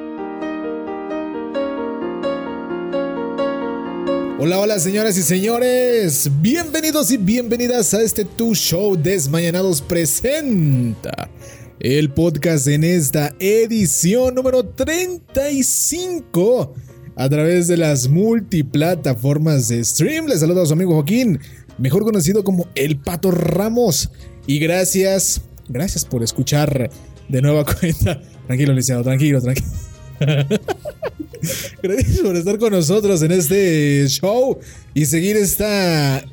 Hola, hola señoras y señores, bienvenidos y bienvenidas a este Tu Show Desmañanados presenta el podcast en esta edición número 35 a través de las multiplataformas de stream. Les saluda a su amigo Joaquín, mejor conocido como El Pato Ramos, y gracias por escuchar de nueva cuenta. Tranquilo, licenciado, tranquilo. Gracias por estar con nosotros en este show y seguir esta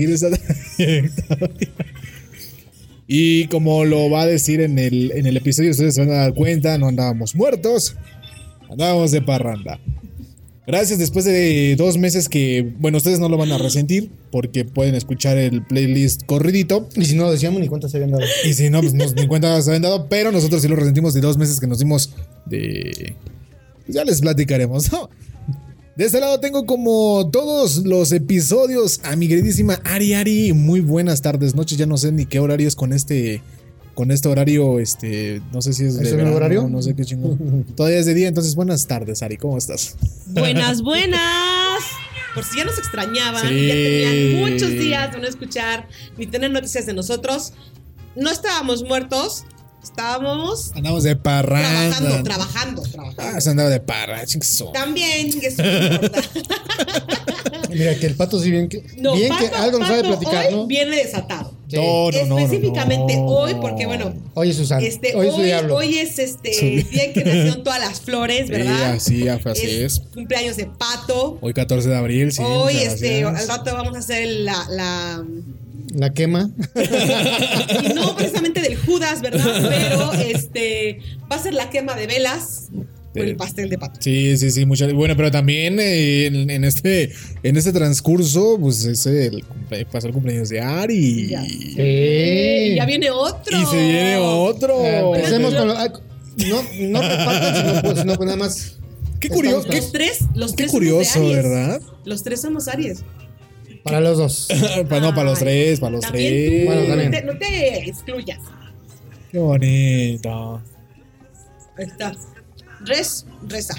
y como lo va a decir en el episodio, ustedes se van a dar cuenta, no andábamos muertos, andábamos de parranda. Gracias, después de 2 meses que, bueno, ustedes no lo van a resentir porque pueden escuchar el playlist corridito. Y si no lo decíamos, ni cuenta se habían dado. Y si no, pues ni cuenta se habían dado, pero nosotros sí lo resentimos de 2 meses que nos dimos de... Ya les platicaremos, ¿no? De este lado tengo, como todos los episodios, a mi queridísima Ari. Muy buenas tardes, noches, ya no sé ni qué horario es con este horario, no sé si es de verano, horario? no sé qué chingón. Todavía es de día, entonces buenas tardes, Ari, ¿cómo estás? Buenas. Por si ya nos extrañaban, sí. Ya tenían muchos días de no escuchar ni tener noticias de nosotros. No estábamos muertos. Andamos de parranda. Trabajando. Se andaba de parranda, También, eso no importa. Mira, que el Pato sí bien que algo nos sabe platicar, hoy ¿no? viene desatado. Sí. No. Específicamente hoy, porque bueno, Hoy es Susana. hoy es su diablo. Hoy es el día en que nacieron todas las flores, ¿verdad? Sí, así es. Cumpleaños de Pato. Hoy 14 de abril, sí. Hoy, al rato vamos a hacer La quema. y no precisamente del Judas, ¿verdad? Pero va a ser la quema de velas con el pastel de Pato. Sí, bueno, pero también en este transcurso, pues pasó el cumpleaños de Ari. Y ya viene otro. Y se viene otro. Empecemos con lo... No te faltan, sino pues nada más. Qué curioso. Los tres Qué curioso, somos de Aries. ¿verdad? Los tres somos Aries. Para los dos. Para los tres. También tú, Bueno, también. No te excluyas. Qué bonito. Ahí está. Reza.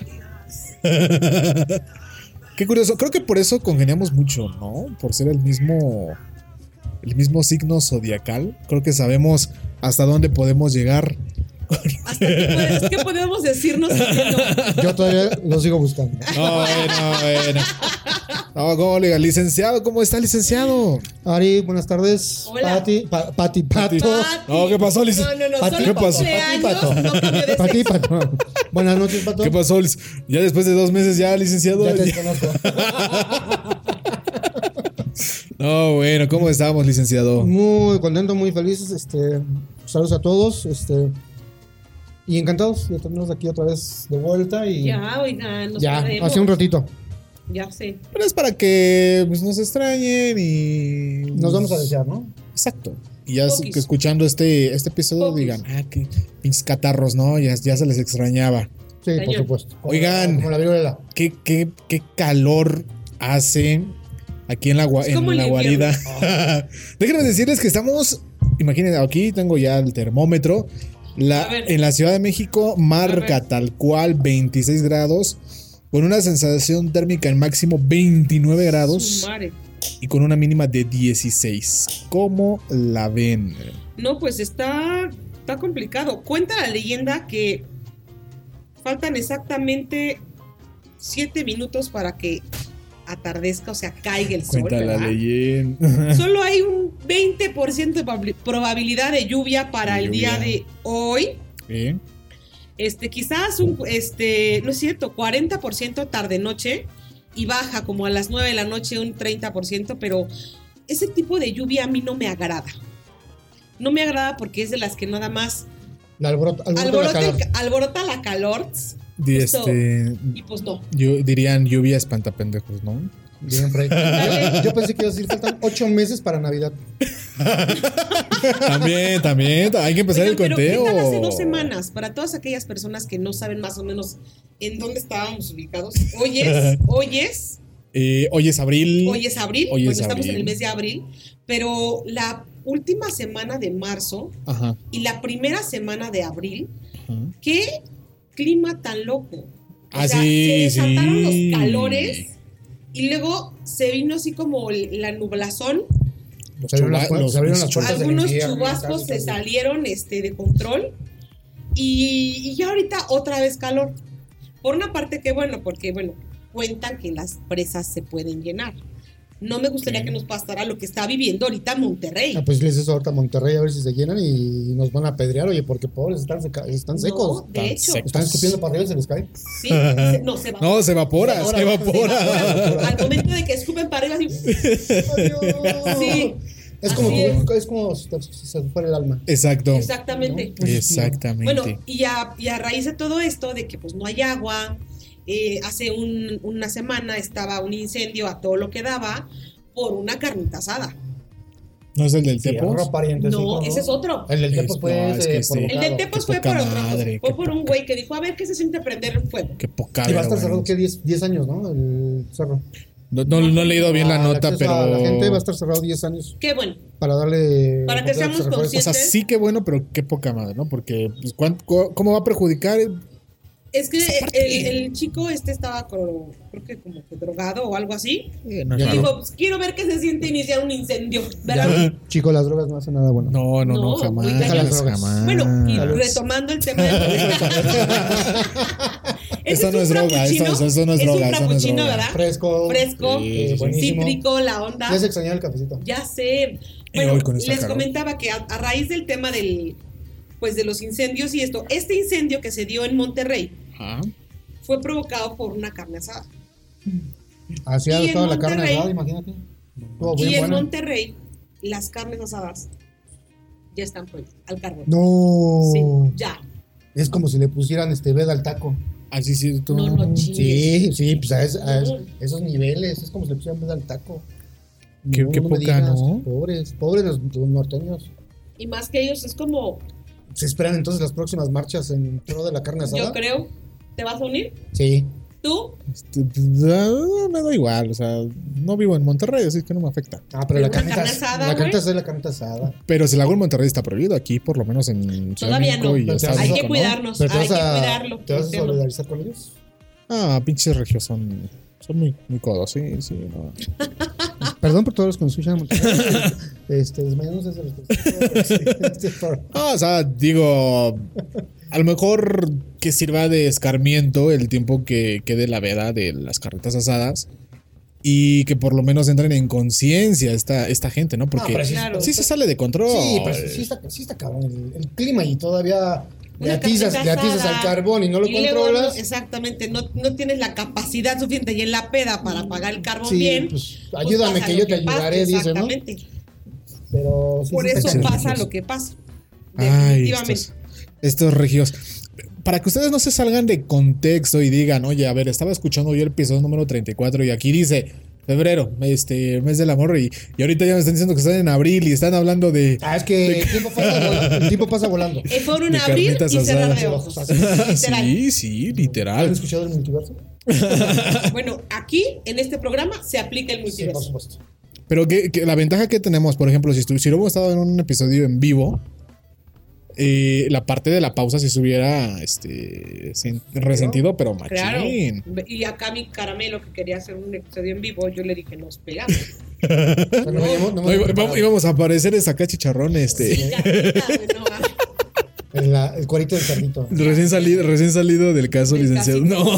Qué curioso. Creo que por eso congeniamos mucho, ¿no? Por ser el mismo signo zodiacal. Creo que sabemos hasta dónde podemos llegar. ¿Qué podemos decirnos? Yo todavía lo sigo buscando. No, bueno. No, ¿cómo le diga? Licenciado, ¿cómo está, licenciado? Ari, buenas tardes. Hola. Pato. No, ¿qué pasó, licenciado? No. Pati, Solo ¿qué pasó? cumpleaños, no cambio de Pati, sexo. Pato. Buenas noches, Pato. ¿Qué pasó? Ya después de 2 meses ya, licenciado. Ya te conozco. No, bueno, ¿cómo estamos, licenciado? Muy contento, muy felices. Saludos a todos. Y encantados de tenernos aquí otra vez de vuelta. Y Ya, oigan, nos ya, perdemos. hace un ratito. Ya sé. Pero es para que pues, nos extrañen y... Nos vamos a desear, ¿no? Exacto. Y ya Poquis. que escuchando este episodio Poquis. digan, qué pinches catarros, ¿no? Ya se les extrañaba. Sí, por Cañón. supuesto. Oigan. Como la viruela. ¿Qué calor hace aquí en la como el guarida? Déjenme decirles que estamos, imagínense, aquí tengo ya el termómetro. A ver. En la Ciudad de México marca tal cual 26 grados, con una sensación térmica en máximo 29 grados Su madre. y con una mínima de 16. ¿Cómo la ven? No, pues está complicado. Cuenta la leyenda que faltan exactamente 7 minutos para que atardezca, o sea, caiga el sol. Cuenta la ¿verdad? leyenda. Solo hay un 20% de probabilidad de lluvia para el día de hoy. Bien. Quizás no es cierto, 40% tarde-noche y baja como a las 9 de la noche un 30%, pero ese tipo de lluvia a mí no me agrada. No me agrada porque es de las que nada más La alborota la calor. alborota la calor. Y pues no. Dirían lluvia espantapendejos, ¿no? Bien, Fred. Yo pensé que iba a decir, faltan 8 meses para Navidad. También. Hay que empezar el Pero conteo. ¿qué tal hace 2 semanas? Para todas aquellas personas que no saben más o menos en dónde estábamos ubicados. Hoy es Hoy es abril. Hoy es abril. Hoy es Estamos abril. en el mes de abril. Pero la última semana de marzo Ajá. y la primera semana de abril, Ajá. ¿qué clima tan loco. Ah, se sí, desataron sí. los calores y luego se vino así como la nublazón. Se abrieron las puertas del Algunos infierno, chubascos casi, se casi. salieron de control y ya ahorita otra vez calor. Por una parte que bueno, porque bueno, cuentan que las presas se pueden llenar. No me gustaría que nos pasara lo que está viviendo ahorita Monterrey. Ah, pues les eso ahorita a Monterrey a ver si se llenan y nos van a apedrear, oye, porque pobres están secos. No, de hecho, secos. Están escupiendo para arriba y se les cae. sí, no se va. No, se evapora, se evapora. Al momento de que escupen para arriba, así, sí, Es como, así es como si se fuera el alma. Exacto. exactamente. Exactamente. Bueno, y a raíz de todo esto, de que pues no hay agua, hace una semana estaba un incendio a todo lo que daba por una carnita asada. ¿No es el del Sí, Tepo? error pariente, No, sí, ese es otro. El del Tepo Es- fue no, es que sí. El del Tepos Qué fue por poca otra cosa. madre, Fue qué por un güey que dijo, a ver qué se siente prender fuego. Qué poca Y va a estar vergüenza. cerrado, ¿qué? 10 años, ¿no? El cerro. No he leído bien la El nota, acceso pero. a la gente va a estar cerrado 10 años Qué bueno. para darle. Para que seamos se refuerce. O sea, conscientes. sí que bueno, pero qué poca madre, ¿no? Porque, pues, ¿cómo va a perjudicar? Es que el chico estaba creo que como que drogado o algo así. No, Y claro. dijo, pues, quiero ver qué se siente iniciar un incendio. ¿Verdad? Ya, chicos, las drogas no hacen nada bueno. No, No, jamás. muy cañón. Jamás. Bueno, y retomando el tema de Eso no es droga, eso no es droga, Es eso un no es frappuccino, droga. ¿verdad? Fresco. Fresco, Sí, buenísimo. cítrico, la onda. Ya se extrañaba el cafecito. Ya sé. Y Bueno, hoy con esta les calor. comentaba que a raíz del tema pues de los incendios y esto, este incendio que se dio en Monterrey Ajá. fue provocado por una carne asada. Así ha Y en estado la carne Monterrey- asada, imagínate. Estuvo Y bien en buena. Monterrey, las carnes asadas ya están prohibidas al carbón. No. Sí, ya. Es como si le pusieran veda al taco. Así sí, tú. No chingues. Sí, pues a No. esos niveles. Es como si le pusieran veda al taco. Qué me poca, digas, ¿no? Pobres los norteños. Y más que ellos es como, ¿Se esperan entonces las próximas marchas en pro de la carne asada? yo creo, ¿te vas a unir? Sí. ¿Tú? Me da igual, o sea, no vivo en Monterrey, así que no me afecta. Ah, pero Pero la una carnita carne asada, la carnita güey. asada es la carnita asada. Pero si la hago en Monterrey está prohibido, aquí por lo menos en Ciudad de Todavía México no. y Pero Estado de Hay que México, ¿no? cuidarnos, Pero hay que cuidarlo. ¿Te vas a el tema. solidarizar con ellos? Ah, pinches regios son muy codos, sí, no. Perdón por todos los que nos escuchan en Monterrey. Desmayándose de los Ah, o sea, digo, a lo mejor que sirva de escarmiento el tiempo que quede la veda de las carnitas asadas y que por lo menos entren en conciencia esta gente, ¿no? Porque pero sí, Claro. sí se sale de control. Sí, pero sí está cabrón el clima y todavía le Una atizas carnita al asada, carbón y no lo y luego controlas. exactamente, no tienes la capacidad suficiente y en la peda para apagar el carbón Sí, bien. pues, pues ayúdame pasa que lo yo te pasa, ayudaré, dice, ¿no? exactamente. Pero sí, Por sí está eso cabrón. pasa regios. lo que pasa. Ay, Definitivamente. estos regios. Para que ustedes no se salgan de contexto y digan, oye, a ver, estaba escuchando yo el episodio número 34 y aquí dice febrero, mes del amor, y ahorita ya me están diciendo que están en abril y están hablando de. Es que el tiempo pasa volando. Fueron De a abrir carnitas y cerrar de asadas. ojos. Así. Literal. Sí, ¿Han literal. escuchado el multiverso? Bueno, aquí en este programa se aplica el Sí, por multiverso. supuesto. Pero que la ventaja que tenemos, por ejemplo, si hubiéramos estado en un episodio en vivo, la parte de la pausa si se hubiera resentido, pero machín. Claro. Y acá mi caramelo que quería hacer un episodio en vivo, yo le dije, nos pegamos. Pero no me No, íbamos a aparecer en saca chicharrón, el cuarito del cerdito. recién salido del caso, licenciado. No.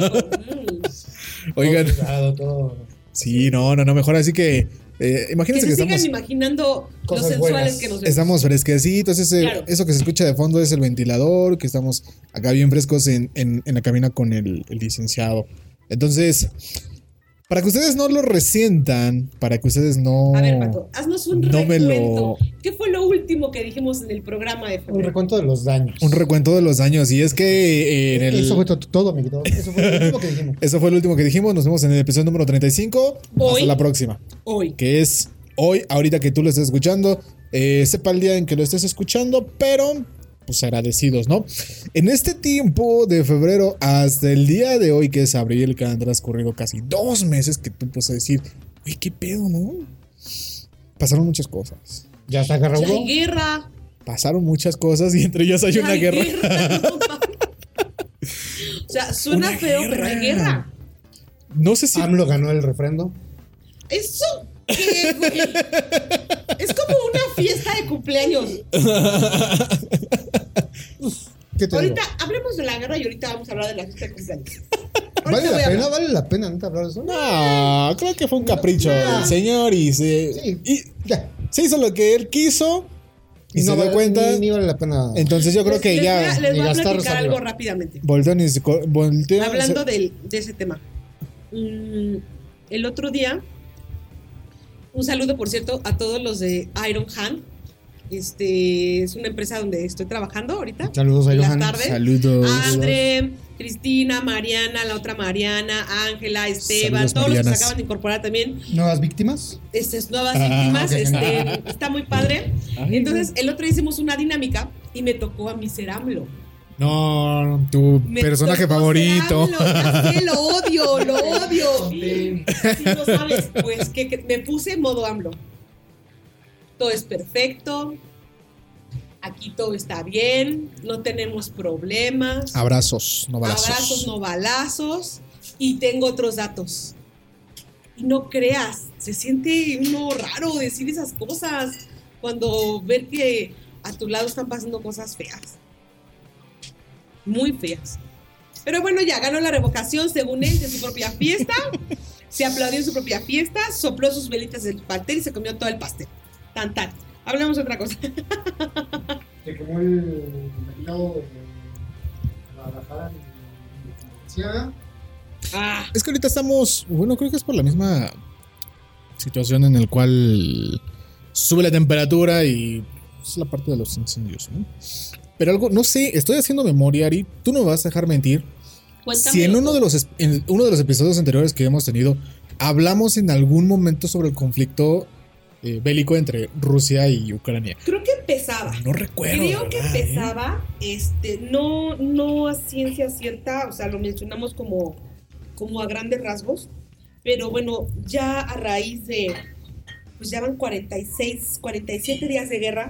Oigan, Todo pesado, todo. sí, no, mejor así que Que imagínense se que sigan estamos. imaginando lo Cosas sensuales buenas. que nos vemos. Estamos fresquecitos, Claro. eso que se escucha de fondo es el ventilador, que estamos acá bien frescos en la cabina con el licenciado. Entonces, para que ustedes no lo resientan, para que ustedes no. A ver, Pato, haznos un No me recuento. lo- ¿Qué fue lo último que dijimos en el programa de Un febrero? recuento de los daños. Un recuento de los daños. Y es que en el. Eso fue todo, amiguito. Eso fue lo último que dijimos. Eso fue lo último que dijimos. Nos vemos en el episodio número 35. Hoy. Hasta la próxima. Hoy. Que es hoy, ahorita que tú lo estés escuchando. Sepa el día en que lo estés escuchando, pero pues agradecidos, ¿no? En este tiempo de febrero hasta el día de hoy, que es abril, que han transcurrido casi 2 meses, que tú puedes decir, uy, qué pedo, ¿no? Pasaron muchas cosas. Ya está agarrado. Ya hay guerra. Pasaron muchas cosas y entre ellas hay ya una guerra. no mames. O sea, suena Una feo, guerra. pero hay guerra. No sé si. AMLO ganó el refrendo. ¿Eso qué, güey? Es como una fiesta de cumpleaños. ¿Qué te Ahorita digo? hablemos de la guerra y ahorita vamos a hablar de la fiesta de cumpleaños. ¿Vale Ahorita voy la a pena? hablar. ¿Vale la pena neta hablar de eso? No, creo que fue un capricho del señor y Sí, ya. se hizo lo que él quiso y se dio vale, cuenta. Ni vale la pena. Entonces yo creo que Les ya voy a- les ni voy a gastar platicar saliva. algo rápidamente. volteó ni se volteó. Hablando de ese tema. El otro día, un saludo, por cierto, a todos los de Iron Hand. Es una empresa donde estoy trabajando ahorita. Saludos a en las Johan. tardes. Saludos. Andre, Cristina, Mariana, la otra Mariana, Ángela, Esteban, Saludos, todos los que se Marianas. acaban de incorporar también. ¿Nuevas víctimas? Nuevas víctimas, ok. está muy padre. Ay, Entonces, el otro día hicimos una dinámica y me tocó a mí ser AMLO. No, tu Me personaje tocó favorito. ser AMLO, ya sé, lo odio, lo odio. Si no sabes, pues que me puse en modo AMLO. Todo es perfecto. Aquí todo está bien. No tenemos problemas. Abrazos, no balazos. Abrazos, no balazos. Y tengo otros datos. Y no creas, se siente uno raro decir esas cosas cuando ver que a tu lado están pasando cosas feas. Muy feas. Pero bueno, ya ganó la revocación según él de su propia fiesta. Se aplaudió en su propia fiesta, sopló sus velitas del pastel y se comió todo el pastel. Tan, tan. Hablamos de otra cosa. Se quemó el mercado de Guadalajara Ah, Es que ahorita estamos, bueno, creo que es por la misma situación en el cual sube la temperatura y es la parte de los incendios, ¿no? Pero algo, no sé, estoy haciendo memoria, Ari, tú no me vas a dejar mentir. cuéntame. Si en uno de los episodios anteriores que hemos tenido hablamos en algún momento sobre el conflicto bélico entre Rusia y Ucrania. Creo que empezaba. No recuerdo. Creo que ¿verdad, empezaba, no a ciencia cierta, o sea, lo mencionamos como a grandes rasgos, pero bueno, ya a raíz de, pues ya van 46, 47 días de guerra,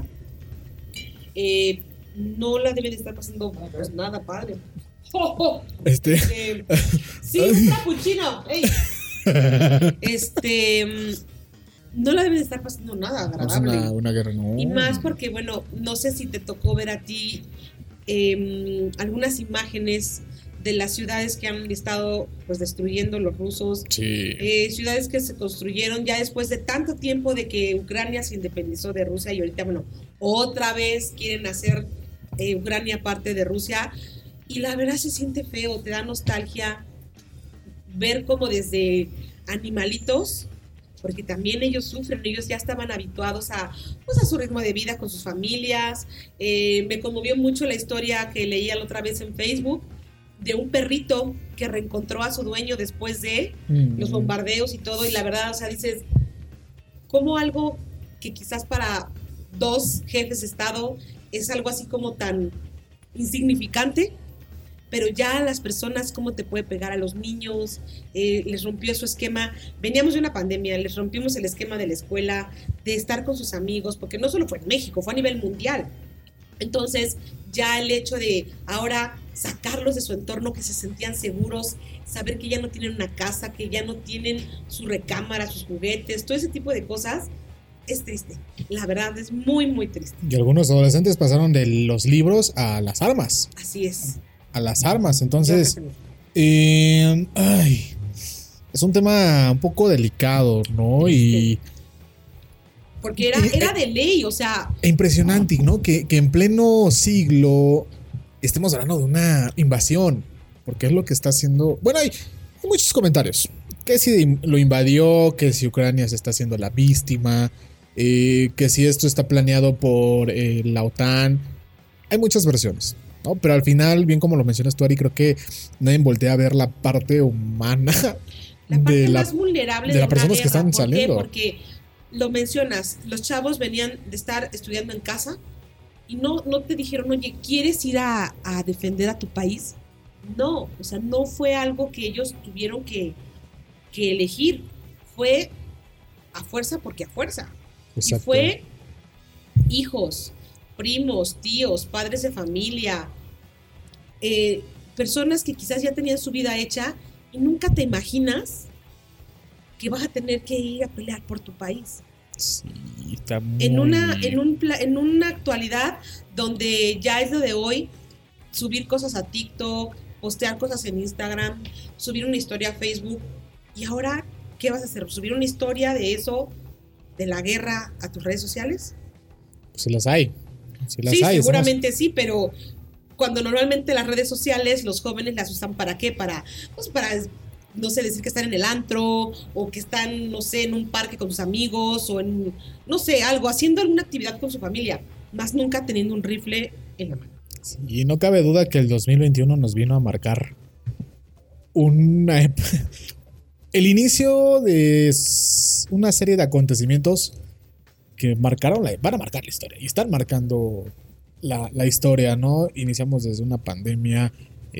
no la deben de estar pasando pues nada padre. ¡Oh, oh! Sí, un frappuccino. ¡Ey! No la deben de estar pasando nada agradable. Es una guerra, no. Y más porque, bueno, no sé si te tocó ver a ti algunas imágenes de las ciudades que han estado pues destruyendo los rusos. Sí. Ciudades que se construyeron ya después de tanto tiempo de que Ucrania se independizó de Rusia y ahorita, bueno, otra vez quieren hacer Ucrania parte de Rusia. Y la verdad se siente feo, te da nostalgia ver como desde animalitos, porque también ellos sufren, ellos ya estaban habituados a su ritmo de vida con sus familias. Me conmovió mucho la historia que leía la otra vez en Facebook de un perrito que reencontró a su dueño después de los bombardeos y todo, y la verdad, o sea, dices, como algo que quizás para dos jefes de Estado es algo así como tan insignificante, pero ya las personas, cómo te puede pegar a los niños, les rompió su esquema. Veníamos de una pandemia, les rompimos el esquema de la escuela, de estar con sus amigos, porque no solo fue en México, fue a nivel mundial. Entonces, ya el hecho de ahora sacarlos de su entorno, que se sentían seguros, saber que ya no tienen una casa, que ya no tienen su recámara, sus juguetes, todo ese tipo de cosas, es triste. La verdad, es muy, muy triste. Y algunos adolescentes pasaron de los libros a las armas. Así es. A las armas. Entonces, es un tema un poco delicado, ¿no? Y porque era de ley, o sea. impresionante, ¿no? Que en pleno siglo estemos hablando de una invasión. Porque es lo que está haciendo. Bueno, hay muchos comentarios. Que si lo invadió, que si Ucrania se está haciendo la víctima, que si esto está planeado por la OTAN. Hay muchas versiones, ¿no? Pero al final, bien como lo mencionas tú, Ari, creo que nadie voltea a ver la parte humana La parte de más vulnerable de las una personas que guerra. están ¿Por saliendo. qué? Porque lo mencionas, los chavos venían de estar estudiando en casa y no te dijeron, oye, ¿quieres ir a defender a tu país? No, o sea, no fue algo que ellos tuvieron que elegir, fue a fuerza porque a fuerza. Exacto. Y fue hijos, primos, tíos, padres de familia, personas que quizás ya tenían su vida hecha y nunca te imaginas que vas a tener que ir a pelear por tu país. Sí, está muy... En una actualidad donde ya es lo de hoy, subir cosas a TikTok, postear cosas en Instagram, subir una historia a Facebook. ¿Y ahora qué vas a hacer? ¿Subir una historia de eso, de la guerra, a tus redes sociales? Sí las hay. Sí, seguramente sí, pero cuando normalmente las redes sociales, los jóvenes las usan ¿para qué? Para, no sé, decir que están en el antro, o que están, no sé, en un parque con sus amigos, o en, no sé, algo, haciendo alguna actividad con su familia, más nunca teniendo un rifle en la mano. Sí, y no cabe duda que el 2021 nos vino a marcar el inicio de una serie de acontecimientos que van a marcar la historia, y están marcando la historia, ¿no? Iniciamos desde una pandemia,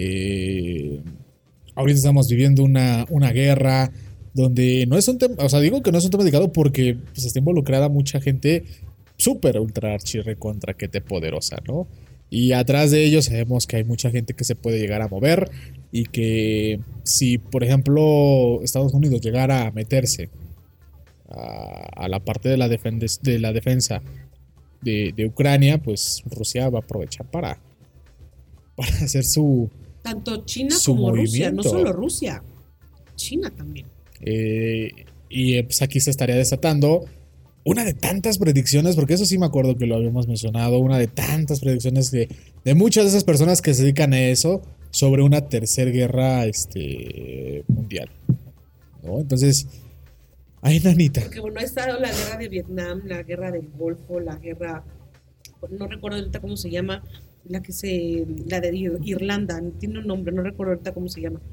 ahorita estamos viviendo una guerra donde no es un tema, o sea, digo que no es un tema delicado porque pues, está involucrada mucha gente súper ultra archi recontra que te poderosa, ¿no? Y atrás de ellos sabemos que hay mucha gente que se puede llegar a mover y que si, por ejemplo, Estados Unidos llegara a meterse a la parte de la defensa de Ucrania, pues Rusia va a aprovechar para hacer su... Tanto China su como movimiento. Rusia, no solo Rusia, China también. Y pues aquí se estaría desatando una de tantas predicciones, porque eso sí me acuerdo que lo habíamos mencionado, una de tantas predicciones de muchas de esas personas que se dedican a eso sobre una tercera guerra mundial, ¿no? Entonces, ay, nanita. Porque bueno, ha estado la guerra de Vietnam, la guerra del Golfo, la guerra, no recuerdo ahorita cómo se llama, la de Irlanda, tiene un nombre, no recuerdo ahorita cómo se llama.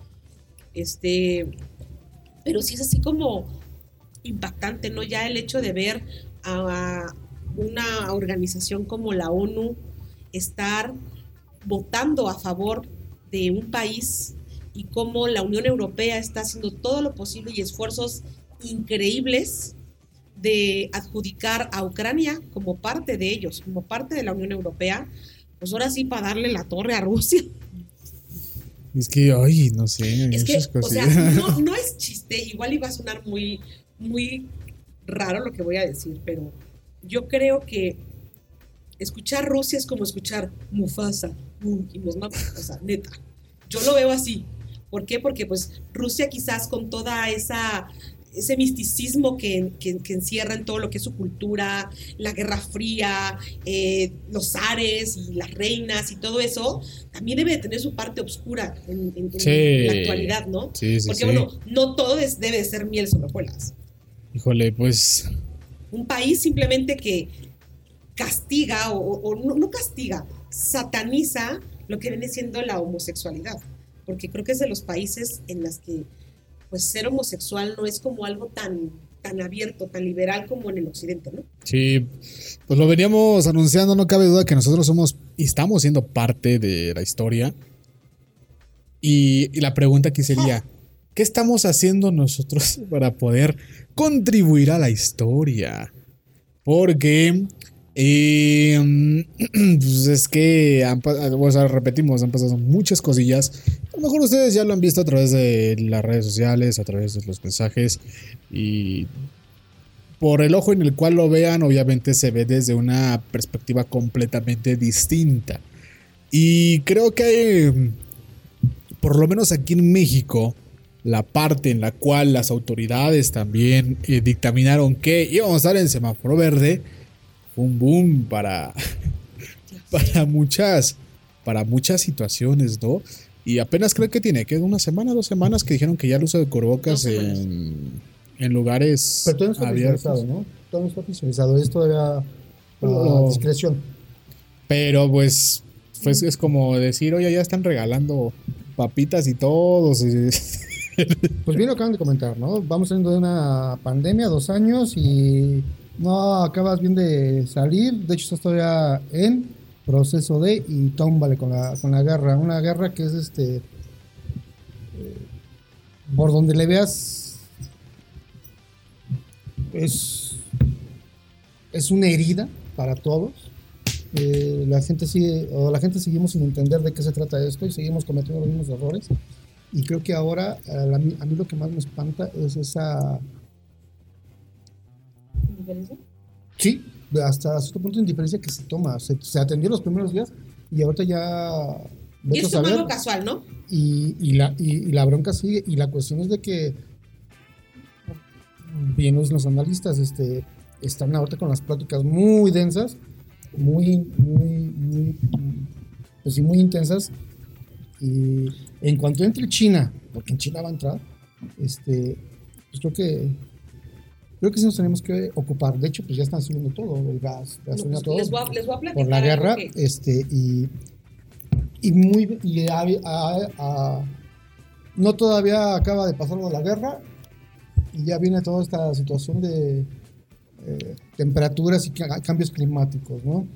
Pero sí es así como impactante, ¿no? Ya el hecho de ver a una organización como la ONU estar votando a favor de un país y cómo la Unión Europea está haciendo todo lo posible y esfuerzos increíbles de adjudicar a Ucrania como parte de ellos, como parte de la Unión Europea, pues ahora sí para darle la torre a Rusia. Es que, ay, no sé. Es que, o sea, no es chiste, igual iba a sonar muy, muy raro lo que voy a decir, pero yo creo que escuchar Rusia es como escuchar Mufasa, y nos mata, o sea, neta. Yo lo veo así. ¿Por qué? Porque pues Rusia quizás con toda ese misticismo que encierra en todo lo que es su cultura, la Guerra Fría, los zares y las reinas y todo eso, también debe de tener su parte oscura en la actualidad, ¿no? Sí, porque bueno, no todo debe de ser miel sobre hojuelas. Híjole, pues... Un país simplemente que castiga o no castiga, sataniza lo que viene siendo la homosexualidad, porque creo que es de los países en los que pues ser homosexual no es como algo tan abierto, tan liberal como en el occidente, ¿no? Sí, pues lo veníamos anunciando, no cabe duda que nosotros somos y estamos siendo parte de la historia. Y la pregunta aquí sería, ¿qué estamos haciendo nosotros para poder contribuir a la historia? Porque pues es que repetimos, han pasado muchas cosillas. A lo mejor ustedes ya lo han visto a través de las redes sociales, a través de los mensajes, y por el ojo en el cual lo vean, obviamente se ve desde una perspectiva completamente distinta. Y creo que por lo menos aquí en México, la parte en la cual las autoridades también dictaminaron que íbamos a estar en semáforo verde, un boom para muchas situaciones, ¿no? Y apenas creo que tiene que 1 semana, 2 semanas que dijeron que ya el uso de cubrebocas en lugares pero todo está oficializado, ¿no? Todo no está oficializado, es todavía discreción. Pero pues es como decir, oye, ya están regalando papitas y todos. Pues bien lo acaban de comentar, ¿no? Vamos saliendo de una pandemia, 2 años y no acabas bien de salir. De hecho, estás todavía en proceso de y tómbale con la guerra. Una guerra que es por donde le veas es una herida para todos. La gente seguimos sin entender de qué se trata esto y seguimos cometiendo los mismos errores. Y creo que ahora a mí lo que más me espanta es esa... ¿Indiferencia? Sí, hasta cierto punto de indiferencia que se toma. Se atendió los primeros días y ahorita ya... Y es como algo casual, ¿no? Y la bronca sigue. Y la cuestión es de que bien los analistas están ahorita con las pláticas muy densas, muy intensas. Y en cuanto entre China, porque en China va a entrar, pues creo que sí nos tenemos que ocupar. De hecho, pues ya están subiendo todo, el gas, No, todo les voy a platicar por la guerra, que... no todavía acaba de pasar la guerra y ya viene toda esta situación de temperaturas y cambios climáticos, ¿no?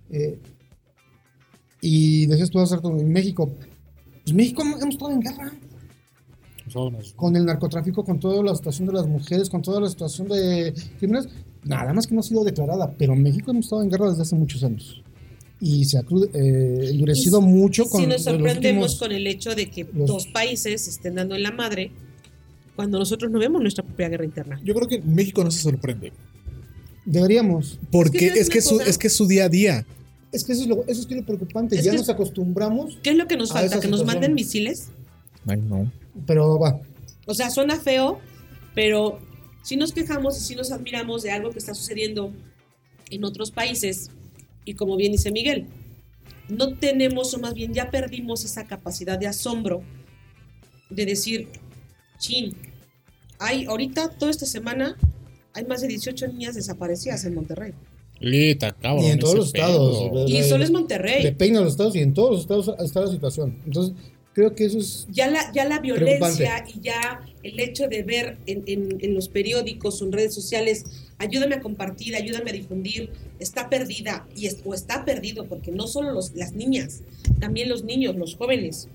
Y decías tú hace rato en México, pues México hemos estado en guerra con el narcotráfico, con toda la situación de las mujeres, con toda la situación de crímenes, nada más que no ha sido declarada, pero México hemos estado en guerra desde hace muchos años. Y se ha endurecido mucho con... Si nos sorprendemos con el hecho de que dos países estén dando en la madre cuando nosotros no vemos nuestra propia guerra interna. Yo creo que México no se sorprende. Deberíamos. Porque es que es su día a día. Es que eso es lo preocupante. Ya nos acostumbramos. ¿Qué es lo que nos falta? ¿Que nos manden misiles? Ay, no. Pero va. O sea, suena feo, pero si nos quejamos y si nos admiramos de algo que está sucediendo en otros países, y como bien dice Miguel, no tenemos, o más bien ya perdimos esa capacidad de asombro de decir, chin, ahorita toda esta semana hay más de 18 niñas desaparecidas en Monterrey. Cabrón, y en todos los estados. Y solo es Monterrey. Depende de los estados y en todos los estados está la situación. Entonces, creo que eso es ya la violencia y ya el hecho de ver en los periódicos o en redes sociales, ayúdame a compartir, ayúdame a difundir, está perdida o está perdido, porque no solo las niñas, también los niños, los jóvenes.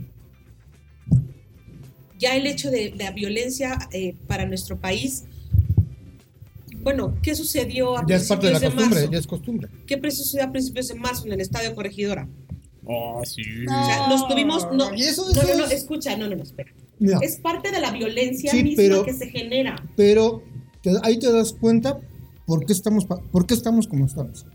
Ya el hecho de la violencia para nuestro país, bueno, ¿qué sucedió a principios de marzo? Ya es parte de la costumbre, ya es costumbre. ¿Qué sucedió a principios de marzo en el Estadio Corregidora? Oh, sí. O sea, nos tuvimos... No, escucha, espera. Mira, es parte de la violencia misma que se genera. Pero ahí te das cuenta por qué estamos como estamos.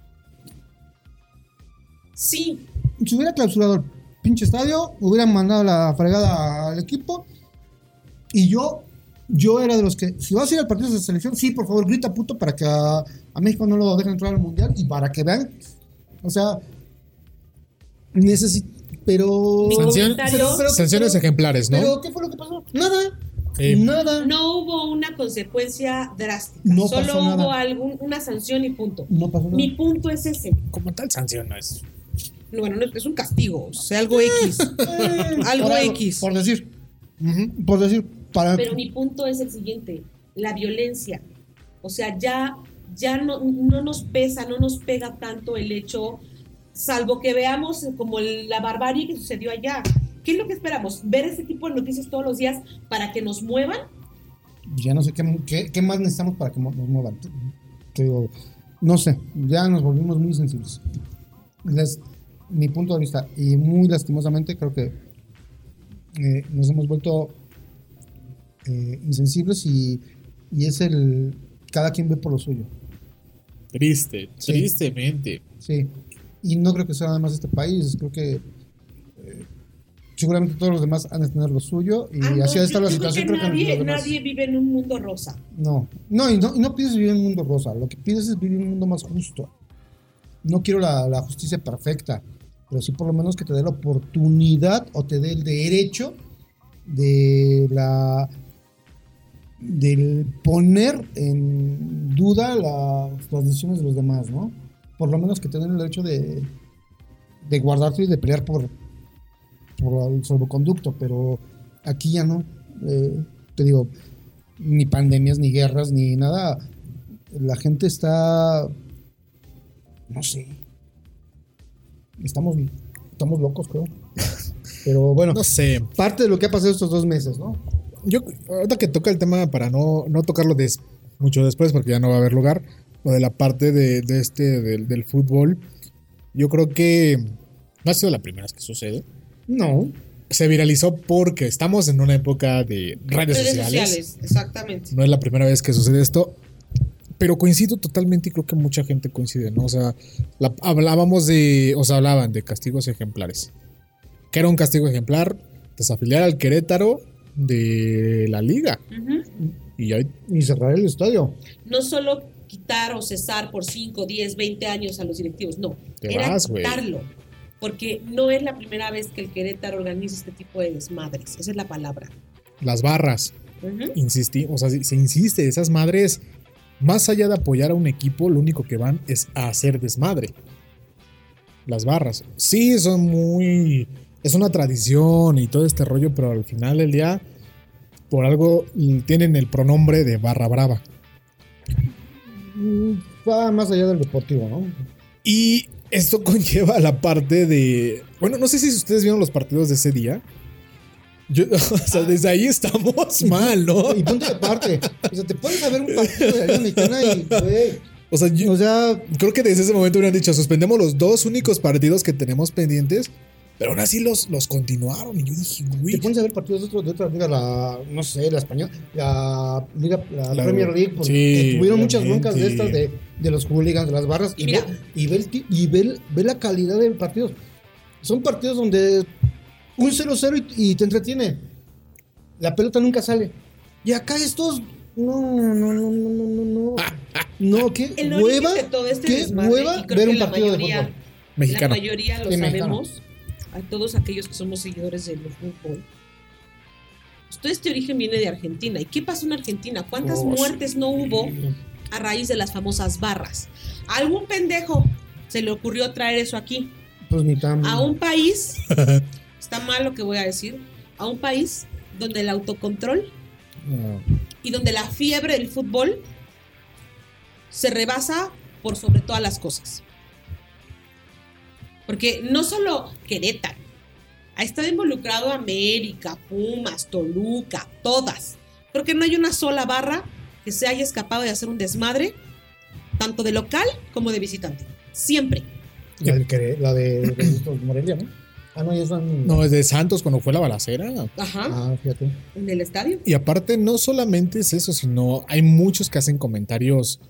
Sí. Si hubiera clausurado el pinche estadio, hubieran mandado la fregada al equipo y yo era de los que, si vas a ir al partido de la selección, sí, por favor, grita puto para que a México no lo dejen entrar al mundial y para que vean, o sea, pero sanciones ejemplares, ¿no? Pero ¿qué fue lo que pasó? Nada. No hubo una consecuencia drástica. No solo hubo una sanción y punto. No pasó nada. Mi punto es ese. Como tal sanción no es. Bueno, no, es un castigo, o sea, algo X. Algo X. Por decir. Pero mi punto es el siguiente: la violencia. O sea, ya no nos pesa, no nos pega tanto el hecho, salvo que veamos como la barbarie que sucedió allá. ¿Qué es lo que esperamos? ¿Ver ese tipo de noticias todos los días para que nos muevan? Ya no sé qué más necesitamos para que nos muevan. Te digo, no sé, ya nos volvimos muy sensibles. Mi punto de vista, y muy lastimosamente creo que nos hemos vuelto insensibles y es cada quien ve por lo suyo. Tristemente. Sí, y no creo que sea nada más este país, creo que seguramente todos los demás han de tener lo suyo y así ha de estar la situación. Creo que nadie vive en un mundo rosa. No, y no pides vivir en un mundo rosa, lo que pides es vivir en un mundo más justo. No quiero la justicia perfecta, pero sí por lo menos que te dé la oportunidad o te dé el derecho del poner en duda las decisiones de los demás, ¿no? Por lo menos que te den el derecho de guardarte y de pelear por el salvoconducto, pero aquí ya no. Te digo, ni pandemias, ni guerras, ni nada. La gente está, no sé, estamos locos, creo. Pero bueno, no sé, parte de lo que ha pasado estos 2 meses, ¿no? Yo, ahorita que toca el tema, para no tocarlo mucho después, porque ya no va a haber lugar, o de la parte del fútbol, yo creo que no ha sido la primera vez que sucede. No. Se viralizó porque estamos en una época de redes sociales. Exactamente. No es la primera vez que sucede esto. Pero coincido totalmente y creo que mucha gente coincide, ¿no? O sea, hablaban de castigos ejemplares. ¿Qué era un castigo ejemplar? Desafiliar al Querétaro de la liga. Y cerrar el estadio. No solo quitar o cesar por 5, 10, 20 años a los directivos, no. Era quitarlo. Porque no es la primera vez que el Querétaro organiza este tipo de desmadres. Esa es la palabra. Las barras. Se insiste, esas madres, más allá de apoyar a un equipo, lo único que van es a hacer desmadre. Las barras. Sí, son muy... Es una tradición y todo este rollo, pero al final del día, por algo tienen el pronombre de barra brava. Va más allá del deportivo, ¿no? Y esto conlleva la parte de... Bueno, no sé si ustedes vieron los partidos de ese día. Desde ahí estamos mal, ¿no? Y punto de parte. O sea, te pones a ver un partido de la Liga Mexicana y, güey. O sea, creo que desde ese momento hubieran dicho, suspendemos los 2 únicos partidos que tenemos pendientes, pero aún así los continuaron. Y yo dije, güey. Te pones a ver partidos de otra liga, no sé, la española, la Premier League, porque sí, tuvieron muchas broncas de estas de los hooligans, de las barras, y ve la calidad de partidos. Son partidos donde un 0-0 y te entretiene. La pelota nunca sale. Y acá estos... No. No, qué hueva. Qué hueva ver un partido de fútbol mexicano. La mayoría lo sabemos. A todos aquellos que somos seguidores del fútbol. Todo este origen viene de Argentina. ¿Y qué pasó en Argentina? ¿Cuántas muertes no hubo a raíz de las famosas barras? ¿A algún pendejo se le ocurrió traer eso aquí? Pues ni tan... A un país, está mal lo que voy a decir, a un país donde el autocontrol y donde la fiebre del fútbol se rebasa por sobre todas las cosas. Porque no solo Querétaro, ha estado involucrado América, Pumas, Toluca, todas. Creo que no hay una sola barra que se haya escapado de hacer un desmadre, tanto de local como de visitante. Siempre. La de Morelia, ¿no? No, ya son... No, es de Santos cuando fue la balacera. Ajá. Fíjate. En el estadio. Y aparte, no solamente es eso, sino hay muchos que hacen comentarios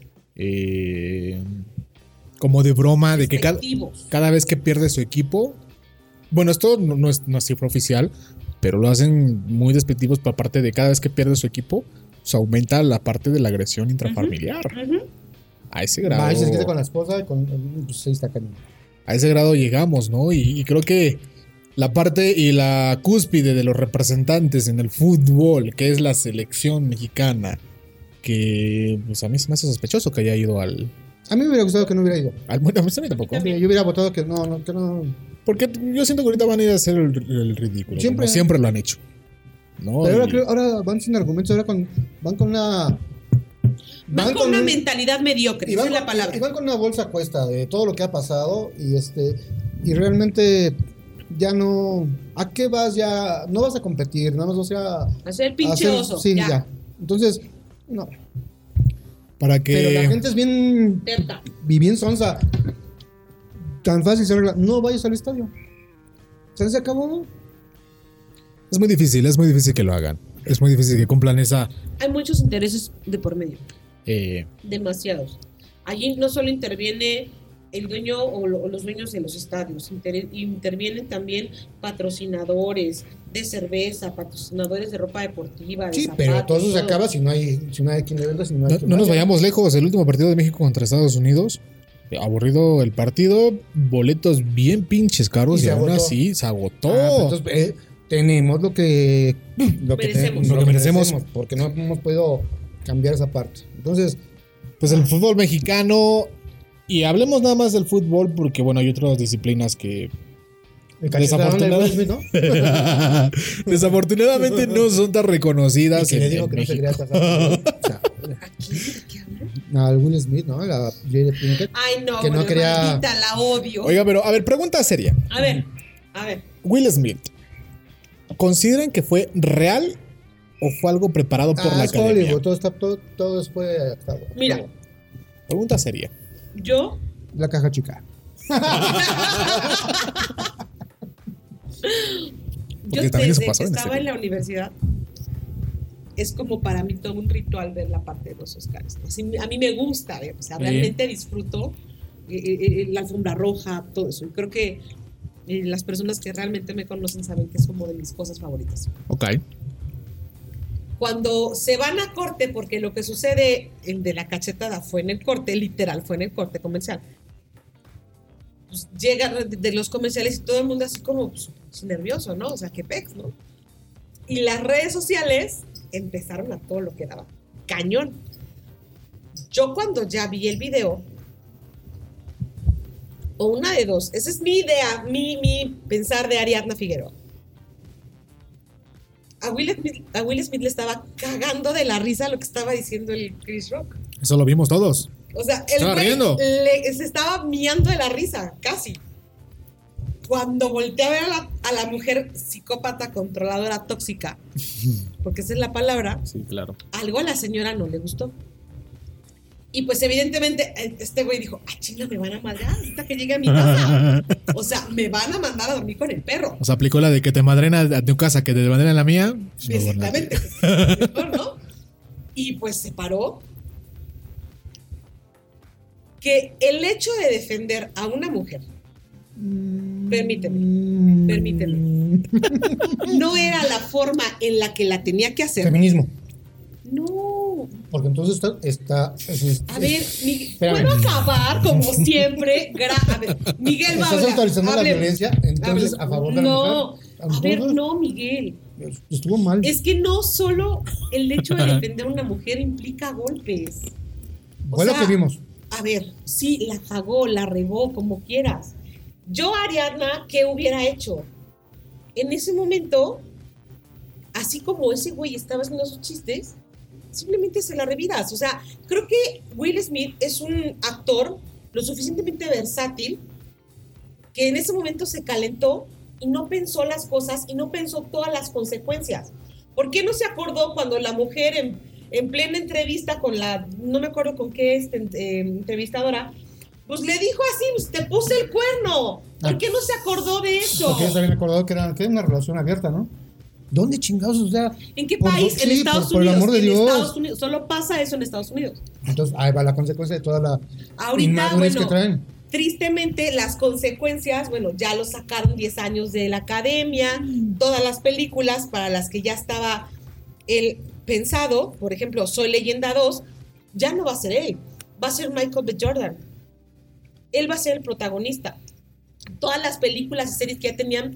como de broma, de que cada vez que pierde su equipo. Bueno, esto no es cifra oficial, pero lo hacen muy despectivos por parte de cada vez que pierde su equipo, se aumenta la parte de la agresión intrafamiliar. A ese grado. Se queda con la esposa y pues ahí está cañón. A ese grado llegamos, ¿no? Y creo que la parte y la cúspide de los representantes en el fútbol, que es la selección mexicana, que pues a mí se me hace sospechoso que haya ido al... A mí me hubiera gustado que no hubiera ido. Bueno, a mí tampoco. Yo hubiera votado que no. Porque yo siento que ahorita van a ir a hacer el ridículo. Siempre lo han hecho. ¿No? Pero ahora van sin argumentos, van con una... Van con una mentalidad mediocre, esa es la palabra. Y van con una bolsa a cuesta de todo lo que ha pasado y realmente ya no... ¿A qué vas? Ya no vas a competir, nada más vas a... Hacer pinche oso. Sí, ya. Entonces, no. Para que... Pero la gente es bien... Terca. Bien sonsa. Tan fácil se arregla. No vayas al estadio. ¿Se acabó? Es muy difícil que lo hagan. Es muy difícil que cumplan esa... Hay muchos intereses de por medio. Demasiados. Allí no solo interviene el dueño o los dueños de los estadios, intervienen también patrocinadores de cerveza, patrocinadores de ropa deportiva, de zapatos, pero todo eso se acaba si no hay quien le venda. No nos vayamos lejos. El último partido de México contra Estados Unidos, aburrido el partido, boletos bien pinches caros y aún así se agotó. Entonces, tenemos lo que merecemos, porque no hemos podido cambiar esa parte. Entonces, pues el fútbol mexicano, y hablemos nada más del fútbol porque bueno, hay otras disciplinas que desafortunadamente no son tan reconocidas en México. Al Will Smith, ¿no? La Jada Pinkett. Ay, no, que no quería... maldita, la odio. Oiga, pero a ver, pregunta seria. A ver. Will Smith, ¿consideran que fue real o fue algo preparado por la academia? Todo fue adaptado. Mira. Pregunta seria. Yo. La caja chica. Yo Porque también eso desde pasó que en estaba en la universidad, es como para mí todo un ritual ver la parte de los Oscars. Así, a mí me gusta ver, o sea, realmente disfruto la alfombra roja, todo eso. Y creo que las personas que realmente me conocen saben que es como de mis cosas favoritas. Ok. Cuando se van a corte, porque lo que sucede, el de la cachetada fue en el corte, literal, fue en el corte comercial. Pues llegan de los comerciales y todo el mundo así como pues, nervioso, ¿no? O sea, qué pex, ¿no? Y las redes sociales empezaron a todo lo que daba. Cañón. Yo cuando ya vi el video, o una de dos, esa es mi idea, mi pensar de Ariadna Figueroa. A Will Smith le estaba cagando de la risa lo que estaba diciendo el Chris Rock. Eso lo vimos todos. O sea, Estaba riendo. se estaba miando de la risa, casi. Cuando volteé a ver a la mujer psicópata, controladora, tóxica, porque esa es la palabra, Sí, claro. algo a la señora no le gustó. Y pues evidentemente este güey dijo, chinga, me van a madrear ahorita que llegue a mi casa. O sea, me van a mandar a dormir con el perro. O sea, aplicó la de que te madren a tu casa, que te madren a la mía. Exactamente. Mejor, ¿no? Y pues se paró. Que el hecho de defender a una mujer, permíteme, no era la forma en la que la tenía que hacer. Feminismo. No. Porque entonces está A ver, ¿puedo acabar como siempre? A ver, Miguel va a ¿Estás hablar. autorizando la Hable. violencia entonces Hable. a favor de la No, mujer? a ver, no, Miguel. Estuvo mal. Es que no solo el hecho de defender a una mujer implica golpes. Fue lo que vimos. A ver, sí, la cagó, la regó, como quieras. Yo, Ariadna, ¿qué hubiera hecho? En ese momento, así como ese güey estaba haciendo sus chistes, simplemente se la reviras. O sea, creo que Will Smith es un actor lo suficientemente versátil que en ese momento se calentó y no pensó las cosas y no pensó todas las consecuencias. ¿Por qué no se acordó cuando la mujer en plena entrevista con no me acuerdo con qué entrevistadora, pues le dijo así, pues te puse el cuerno? ¿Por qué no se acordó de eso? Porque ya se habían acordado que era una relación abierta, ¿no? ¿Dónde chingados? O sea, ¿En qué país? En Estados Unidos. Por el amor de en Dios. Estados Unidos. Solo pasa eso en Estados Unidos. Entonces, ahí va la consecuencia de toda la Ahorita, inmadurez que traen. Tristemente, las consecuencias, bueno, ya lo sacaron 10 años de la academia, todas las películas para las que ya estaba él pensado, por ejemplo, Soy Leyenda 2, ya no va a ser él, va a ser Michael B. Jordan. Él va a ser el protagonista. Todas las películas y series que ya tenían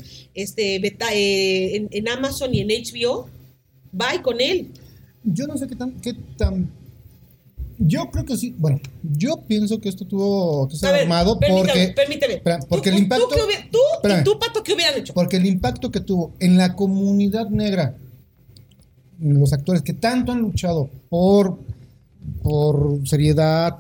en Amazon y en HBO, va con él. Yo no sé qué tan. Yo creo que sí. Bueno, yo pienso que esto tuvo que ser armado Permíteme. Porque el impacto. ¿Tú, Pato, qué hubieran hecho? Porque el impacto que tuvo en la comunidad negra, los actores que tanto han luchado por seriedad,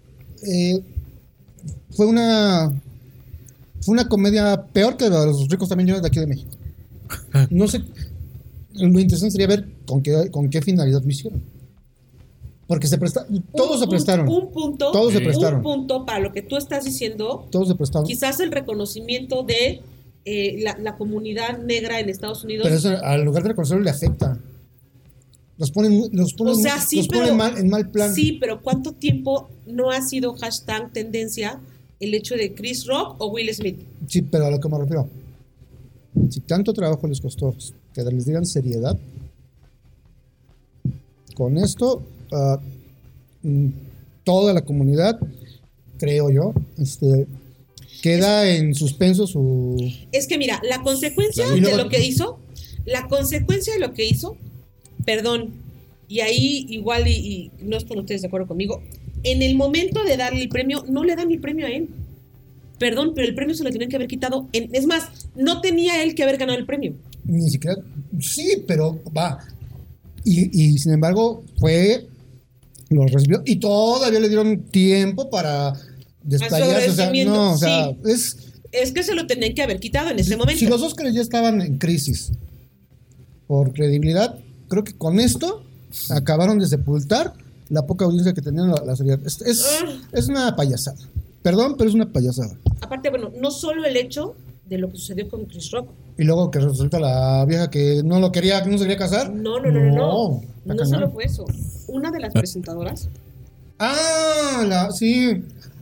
fue una comedia peor que la de los ricos también de aquí de México. No sé, lo interesante sería ver con qué finalidad lo hicieron. Porque todos se prestaron. Un punto para lo que tú estás diciendo. Todos se prestaron. Quizás el reconocimiento de la comunidad negra en Estados Unidos. Pero eso, al lugar de reconocerlo, le afecta. Los ponen en mal plan. Sí, pero ¿cuánto tiempo no ha sido hashtag tendencia el hecho de Chris Rock o Will Smith? Sí, pero a lo que me refiero, si tanto trabajo les costó que les digan seriedad, con esto toda la comunidad, creo yo, queda en suspenso su... Es que mira, la consecuencia de lo que hizo, perdón, y ahí igual y no están ustedes de acuerdo conmigo, en el momento de darle el premio, no le dan el premio a él. Perdón, pero el premio se lo tenían que haber quitado. Es más, no tenía él que haber ganado el premio. Ni siquiera... Sí, pero va. Y sin embargo, lo recibió y todavía le dieron tiempo para desplayarse. Es que se lo tenían que haber quitado en ese momento. Si los Oscars ya estaban en crisis por credibilidad, creo que con esto acabaron de sepultar la poca audiencia que tenían la seriedad. Es una payasada. Perdón, pero es una payasada. aparte, bueno, no solo el hecho de lo que sucedió con Chris Rock. Y luego que resulta la vieja que no lo quería, que no se quería casar. No está solo cañón. fue eso. Una de las presentadoras. Sí.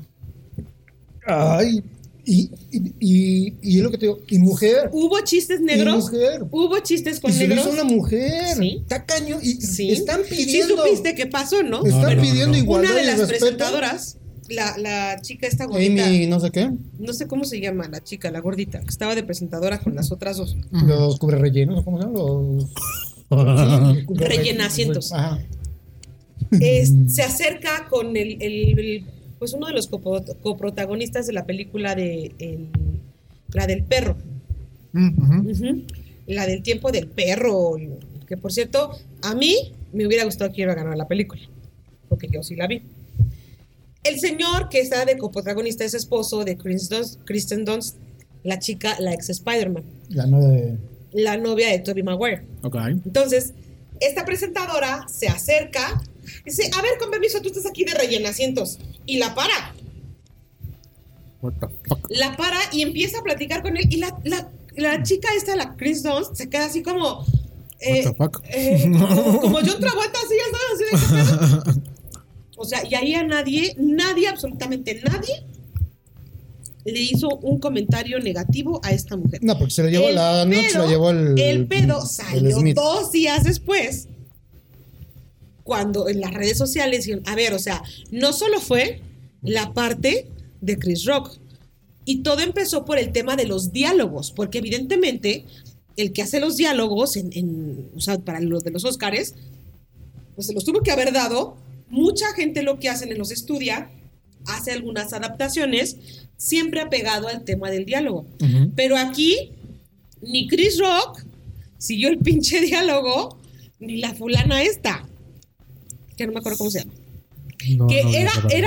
Ay, y es lo que te digo, y mujer. Hubo chistes negros. Y mujer. Hubo chistes con Y se lo negros. hizo una mujer. Sí. Está cañón. Y Sí. están pidiendo. Sí supiste qué pasó, ¿no? Están No. pidiendo igualdad Una de y las respeto. presentadoras, la chica esta gordita, Amy, no sé qué. no sé cómo se llama la chica, la gordita, que estaba de presentadora con las otras dos. Los cubre rellenos, ¿cómo se llaman? Los Rellenacientos. Ajá. Se acerca con pues uno de los coprotagonistas de la película la del perro. Ujú. La del tiempo del perro, que por cierto, a mí me hubiera gustado que iba a ganar la película, porque yo sí la vi. El señor que está de coprotagonista es esposo de Kristen Dunst, la chica, la ex Spider-Man, la novia de Tobey Maguire. Ok. Entonces, esta presentadora se acerca y dice, a ver, con permiso, tú estás aquí de rellenacientos. Y la para. What the fuck? La para y empieza a platicar con él. Y la chica esta, la Chris Dunst, se queda así como... What the fuck? como John Travolta, así, ya sabes, así de... O sea, y ahí a nadie, absolutamente nadie, le hizo un comentario negativo a esta mujer. No, porque se lo llevó la noche, se lo llevó el pedo el salió Smith. 2 días después, cuando en las redes sociales dijeron, a ver, o sea, no solo fue la parte de Chris Rock, y todo empezó por el tema de los diálogos, porque evidentemente el que hace los diálogos o sea, para los de los Óscares, pues se los tuvo que haber dado. Mucha gente lo que hacen los estudia, hace algunas adaptaciones, siempre apegado al tema del diálogo. Ujú. Pero aquí, ni Chris Rock siguió el pinche diálogo, ni la fulana esta, que no me acuerdo cómo se llama. No, Que no, era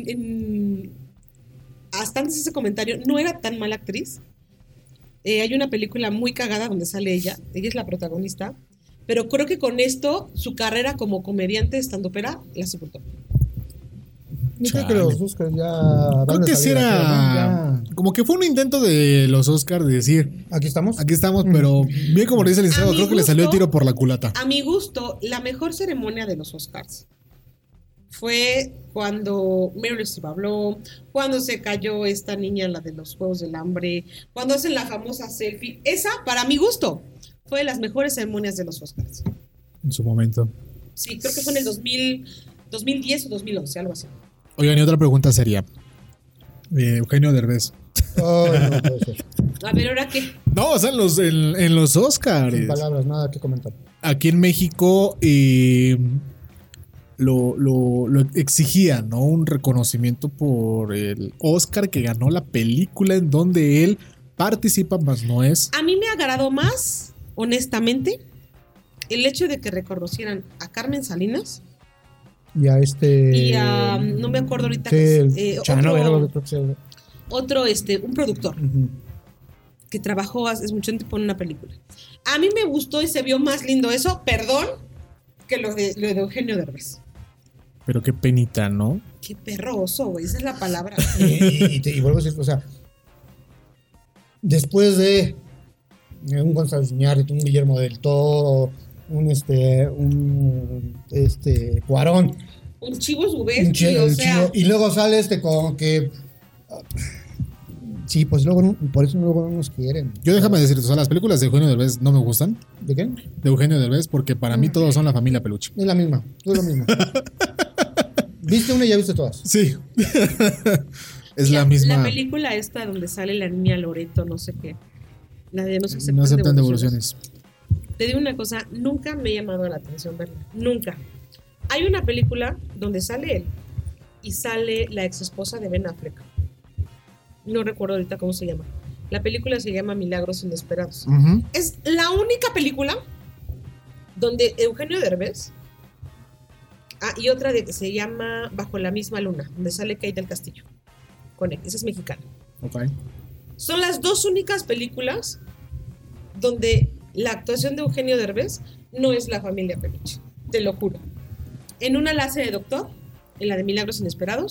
hasta antes de ese comentario, no era tan mala actriz. Hay una película muy cagada donde sale ella es la protagonista, pero creo que con esto su carrera como comediante estandupera la sepultó. Yo creo que los Oscars ya van Creo de que sí salida, era ¿no? Ya. como que fue un intento de los Oscars de decir, Aquí estamos. pero bien como le dice el licenciado, A mi creo que le salió el gusto- tiro por la culata. A mi gusto, la mejor ceremonia de los Oscars fue cuando Meryl Streep habló, cuando se cayó esta niña, la de los Juegos del Hambre, cuando hacen la famosa selfie. Esa, para mi gusto, fue de las mejores ceremonias de los Oscars. En su momento. Sí, creo que fue en el 2010 o 2011, algo así. Oigan, y otra pregunta sería, Eugenio Derbez. Ay, no puede ser. A ver, ¿ahora qué? No, o sea, en los Oscars. Sin palabras, nada que comentar. Aquí en México lo exigía, ¿no? Un reconocimiento por el Oscar que ganó la película en donde él participa, más no es. A mí me agradó más, honestamente, el hecho de que reconocieran a Carmen Salinas Y a y a, no me acuerdo ahorita, Chano, un productor que trabajó hace mucho tiempo en una película. A mí me gustó y se vio más lindo eso, perdón, que lo de Eugenio Derbez. Pero qué penita, ¿no? Qué perroso, güey, esa es la palabra. y vuelvo a decir, o sea, después de un Gonzalo Iñárritu, un Guillermo del Toro, un Cuarón, Un chivo un Zubesky, o sea, y luego sale con que sí, pues luego por eso luego no nos quieren. Yo déjame decirte, o sea, las películas de Eugenio Derbez no me gustan, ¿De qué? de Eugenio Derbez, porque para mí todos son la familia Peluche. Es la misma, es lo mismo. Viste una y ya viste todas. Sí. Es mira, la misma. La película esta donde sale la niña Loreto, no sé qué. La de no se aceptan, No aceptan devoluciones. Te digo una cosa, nunca me ha llamado la atención verla. Nunca. Hay una película donde sale él y sale la ex esposa de Ben Affleck. No recuerdo ahorita cómo se llama. La película se llama Milagros Inesperados. Ujú. Es la única película donde Eugenio Derbez. Y otra de que se llama Bajo la misma luna, donde sale Kate del Castillo. Con él, esa es mexicana. Ok. Son las dos únicas películas donde la actuación de Eugenio Derbez no es la familia Peluche, te lo juro. En una la hace de doctor, en la de Milagros Inesperados,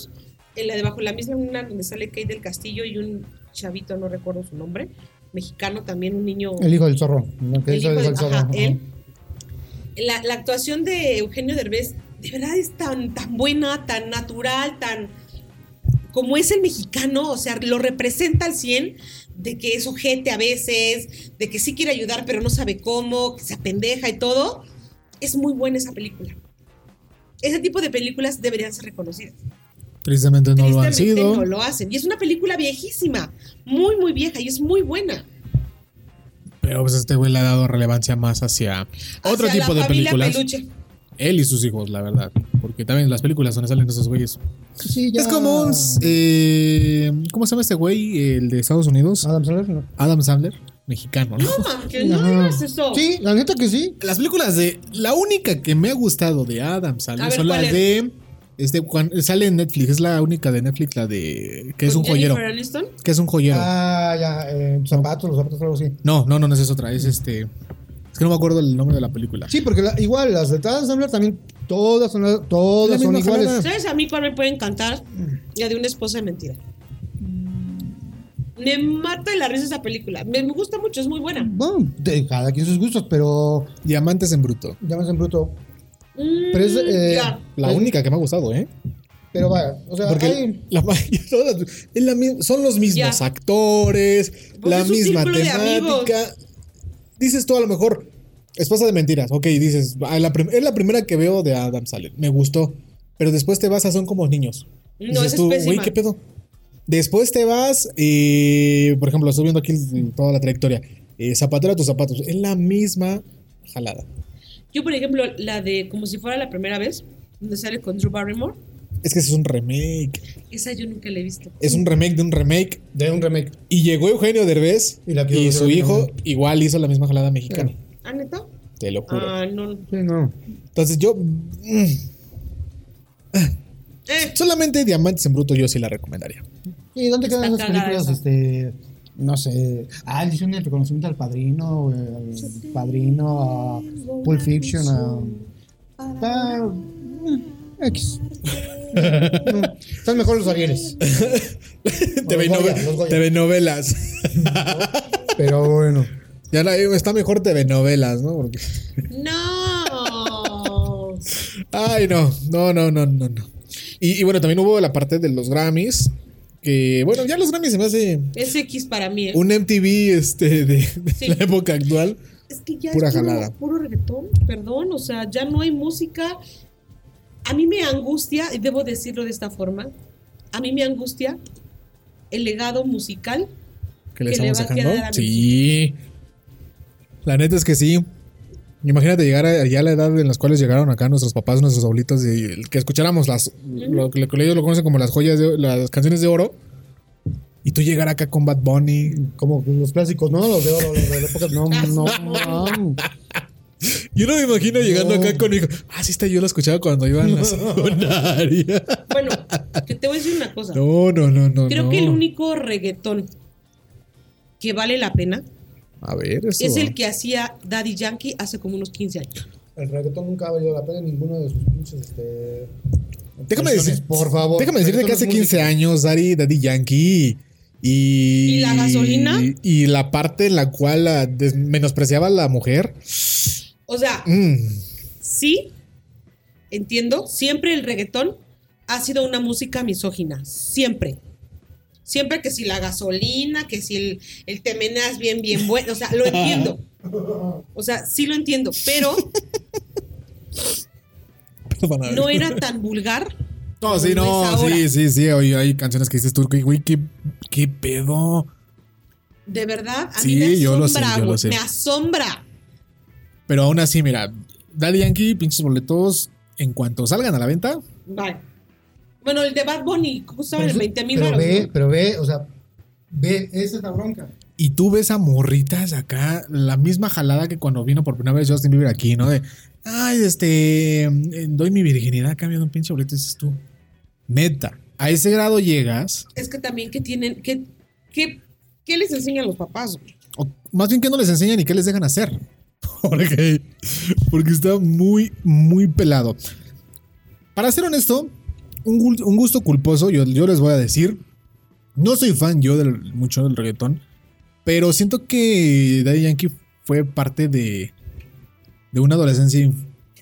En la de Bajo la misma luna, donde sale Kate del Castillo y un chavito, no recuerdo su nombre, mexicano también, un niño. El hijo del zorro. ¿No? Que El hijo del, zorro. ajá, él. La actuación de Eugenio Derbez, de verdad es tan buena, tan natural, tan como es el mexicano, o sea, lo representa al 100, de que es ojete a veces, de que sí quiere ayudar pero no sabe cómo, que se apendeja y todo. Es muy buena esa película. Ese tipo de películas deberían ser reconocidas. Tristemente no lo han sido. No lo hacen. Y es una película viejísima, muy, muy vieja y es muy buena. Pero pues este güey le ha dado relevancia más hacia otro tipo de películas. Peluche. Él y sus hijos, la verdad. Porque también las películas donde salen esos güeyes. Sí, ya. Es como un... ¿cómo se llama este güey? El de Estados Unidos. Adam Sandler, ¿no? Adam Sandler. Mexicano, ¿no? No, que no digas eso. Sí, la neta que sí. Las películas de... La única que me ha gustado de Adam Sandler A ver, son las ¿cuál de... sale en Netflix, es la única de Netflix, la de... Que es un joyero. Jennifer Aniston. Que es un joyero. Ah, ya, los zapatos, algo así. No, esa es otra. Es Es que no me acuerdo el nombre de la película. Sí, porque igual las de Adam Sandler también todas son iguales. jalada. ¿Sabes a mí cuál me puede encantar? La de Una esposa de mentira. Me mata de la risa esa película. Me gusta mucho, es muy buena. Bueno, de cada quien sus gustos, pero Diamantes en bruto. llamas en bruto. Pero es, Ya. La única que me ha gustado, ¿eh? Pero vaya, o sea, Porque hay, son los mismos Ya. actores, Pues la es un misma círculo de temática. Dices tú a lo mejor, Esposa de mentiras, ok, dices, es la primera que veo de Adam Sandler, me gustó, pero después te vas a Son como niños. No, Dices esa tú, es pésima. güey, ¿qué pedo? Después te vas, por ejemplo, estoy viendo aquí toda la trayectoria, Zapatero a tus zapatos, es la misma jalada. Yo, por ejemplo, la de Como si fuera la primera vez, donde sale con Drew Barrymore, Es que es un remake, esa yo nunca la he visto. es un remake de un remake. de un remake. Y llegó Eugenio Derbez Y la quiso y hacer su aquí hijo también. igual hizo la misma jalada mexicana. ¿Ah, neta? Te lo juro. Ah, no. Sí, no. Entonces yo... solamente Diamantes en bruto yo sí la recomendaría. ¿Y dónde Está quedan esas cagada películas? esa. No sé. Ah, le hicieron el reconocimiento al Padrino, al Padrino, a Pulp Fiction, X. Están mejor los Arieles. TV Goya. novelas. Pero bueno. Ya está mejor TV novelas, ¿no? Porque... No. Ay, no. Y bueno, también hubo la parte de los Grammys. Que bueno, ya los Grammys se me hace Es X para mí, ¿eh? un MTV de Sí. la época actual. Es que ya Pura es jalada. puro reggaetón, perdón, o sea, ya no hay música. A mí me angustia, y debo decirlo de esta forma, a mí me angustia el legado musical Que le que le estamos va a sacando. quedar a Sí. La neta es que sí. Imagínate llegar ya a la edad en las cuales llegaron acá nuestros papás, nuestros abuelitos, y que escucháramos lo que ellos lo conocen como las joyas, las canciones de oro. Y tú llegar acá con Bad Bunny. Como los clásicos, ¿no? Los de oro, los de la época. No. Yo no me imagino llegando acá con mi hijo. Ah, sí, yo lo escuchaba cuando iba en la secundaria. Bueno, que te voy a decir una cosa. No. Creo que el único reggaetón que vale la pena A ver, eso. es el que hacía Daddy Yankee hace como unos 15 años. El reggaetón nunca ha valido la pena en ninguno de sus pinches, Déjame decir, por favor. Déjame decirte que hace 15 años Daddy Yankee y ¿Y la gasolina? Y la parte en la cual menospreciaba a la mujer. O sea, sí, entiendo, siempre el reggaetón ha sido una música misógina, siempre. Siempre que si la gasolina, que si el te meneas bien bueno, o sea, lo entiendo. O sea, sí lo entiendo, pero no era tan vulgar. No, sí, como no, es ahora. sí. Hoy hay canciones que dices tú, güey, ¿qué pedo? De verdad, a Sí, mí me yo lo asombra, sé, yo lo güey, sé. me asombra. Pero aún así, mira, Daddy Yankee, pinches boletos, en cuanto salgan a la venta, Vale. Bueno, el de Bad Bunny costaba en 20,000 pero baros. pero ve, o sea, esa es la bronca. y tú ves a morritas acá, la misma jalada que cuando vino por primera vez Justin Bieber aquí, ¿no? De, ay, doy mi virginidad a cambio de un pinche boleto, dices tú. Neta, a ese grado llegas, Es que también que tienen, ¿qué les enseñan los papás, güey? o más bien que no les enseñan y qué les dejan hacer. Porque está muy, muy pelado. Para ser honesto, un gusto culposo, yo les voy a decir. No soy fan yo mucho del reggaetón, pero siento que Daddy Yankee fue parte de una adolescencia,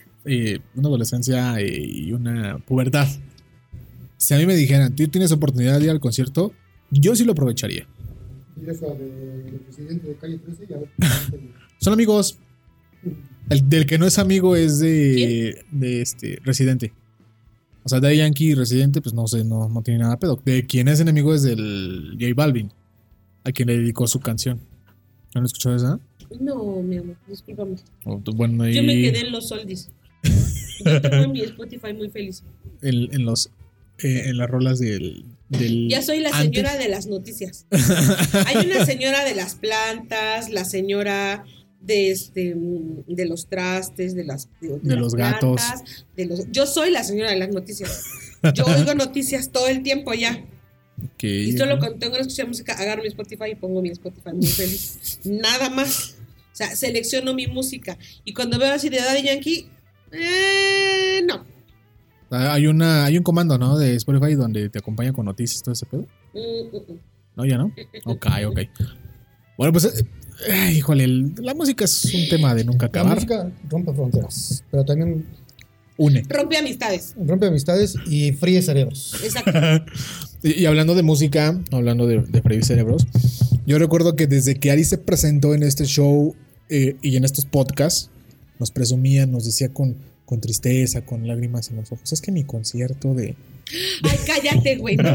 y una pubertad. Si a mí me dijeran, tú tienes oportunidad de ir al concierto, yo sí lo aprovecharía. Eso del presidente de Calle 13 y a ver. Son amigos. El del que no es amigo es de Residente. O sea, Daddy Yankee y Residente, pues no sé, no tiene nada pedo. De quien es enemigo es del J Balvin, a quien le dedicó su canción. ¿No lo escuchado esa? No, mi amor, discúlpame. Bueno, Yo me quedé en los oldies. Yo tengo en mi Spotify muy feliz. En las rolas del ya soy la señora de las noticias. Hay una señora de las plantas, la señora de los trastes, de los plantas, gatos. Yo soy la señora de las noticias. Yo oigo noticias todo el tiempo ya. Okay, y solo cuando tengo que escuchar música, agarro mi Spotify y pongo mi Spotify muy feliz. Nada más. O sea, selecciono mi música. Y cuando veo así de Daddy Yankee, no. Hay un comando, ¿no? De Spotify donde te acompaña con noticias, todo ese pedo. No, ya no. Ok. Bueno, pues, híjole, la música es un tema de nunca acabar. La música rompe fronteras, pero también une. Rompe amistades. Rompe amistades y fríe cerebros. Exacto. Y hablando de música, hablando de freír cerebros, yo recuerdo que desde que Ari se presentó en este show y en estos podcasts, nos presumía, nos decía con tristeza, con lágrimas en los ojos, es que mi concierto de... Ay, cállate, güey. No,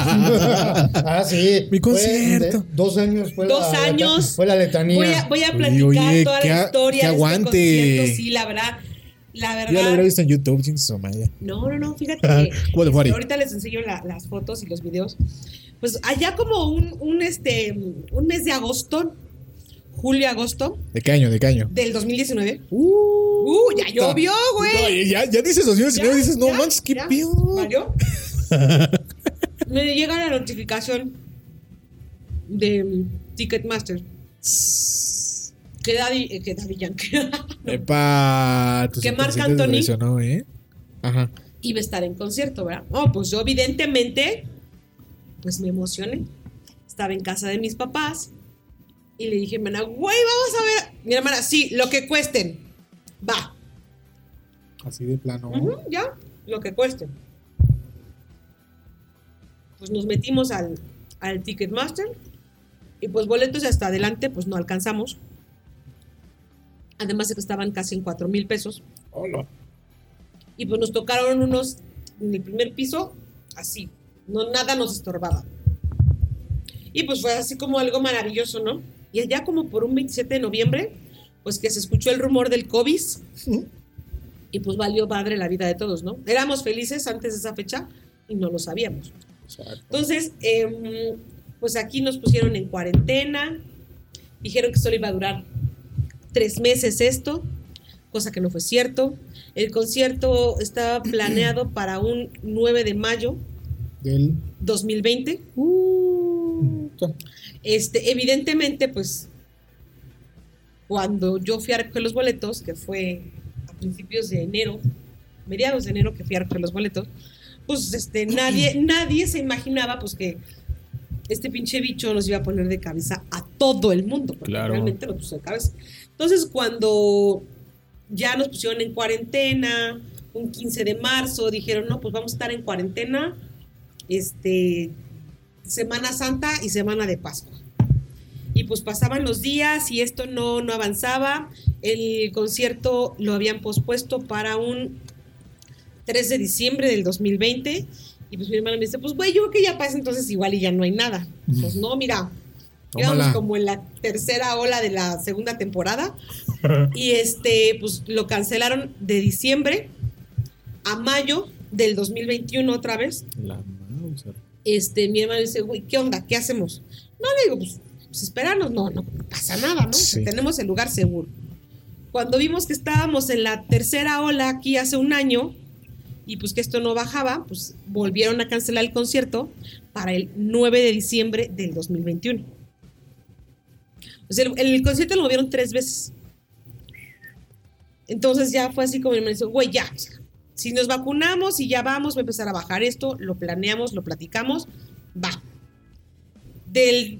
sí. Mi concierto. 2 años fue 2 años. Fue la letanía. Voy a platicar toda la historia que aguante. De este concierto. Sí, la verdad. Ya lo hubiera visto en YouTube, sin su madre. No, fíjate que ahorita les enseño las fotos y los videos. Pues allá como un mes de agosto, julio-agosto. ¿De qué año? Del 2019. Ya llovió, güey. No, ya dices 2019, dices, no manches, qué pedo. ¿Valió? Me llega la notificación de Ticketmaster. Que Daddy Yankee. Epa, que Marc Anthony Ajá. iba a estar en concierto, ¿verdad? Pues yo evidentemente pues me emocioné. Estaba en casa de mis papás y le dije, hermana, güey, vamos a ver. Mi hermana, sí, lo que cuesten. Va. Así de plano. Ya, lo que cuesten. Pues nos metimos al Ticketmaster y pues boletos hasta adelante pues no alcanzamos. Además de que estaban casi en 4,000 pesos. Hola. Y pues nos tocaron unos en el primer piso, así, nada nos estorbaba. Y pues fue así como algo maravilloso, ¿no? Y allá como por un 27 de noviembre, pues que se escuchó el rumor del COVID. Y pues valió madre la vida de todos, ¿no? Éramos felices antes de esa fecha y no lo sabíamos. Exacto. Entonces, pues aquí nos pusieron en cuarentena. Dijeron que solo iba a durar 3 meses esto, cosa que no fue cierto. El concierto estaba planeado para un 9 de mayo del 2020. Evidentemente, pues, cuando yo fui a recoger los boletos, que fue a principios de enero, mediados de enero que fui a recoger los boletos, pues nadie se imaginaba pues que este pinche bicho nos iba a poner de cabeza a todo el mundo, porque claro. Realmente nos puso de cabeza. Entonces, cuando ya nos pusieron en cuarentena, un 15 de marzo, dijeron, no, pues vamos a estar en cuarentena, Semana Santa y Semana de Pascua. Y pues pasaban los días y esto no avanzaba. El concierto lo habían pospuesto para un 3 de diciembre del 2020. Y pues mi hermana me dice, pues güey, yo creo que ya pasa entonces igual y ya no hay nada. Pues no, mira, íbamos como en la tercera ola de la segunda temporada. Y pues lo cancelaron de diciembre a mayo del 2021 otra vez. Mi hermano dice, güey, ¿qué onda? ¿Qué hacemos? No, le digo, pues esperarnos, no pasa nada, ¿no? Sí. Tenemos el lugar seguro. Cuando vimos que estábamos en la tercera ola aquí hace un año y pues que esto no bajaba, pues volvieron a cancelar el concierto para el 9 de diciembre del 2021. O sea, el concierto lo movieron 3 veces. Entonces ya fue así como me dijo, güey, ya, Si nos vacunamos y ya vamos, va a empezar a bajar esto, lo planeamos, lo platicamos, va. Del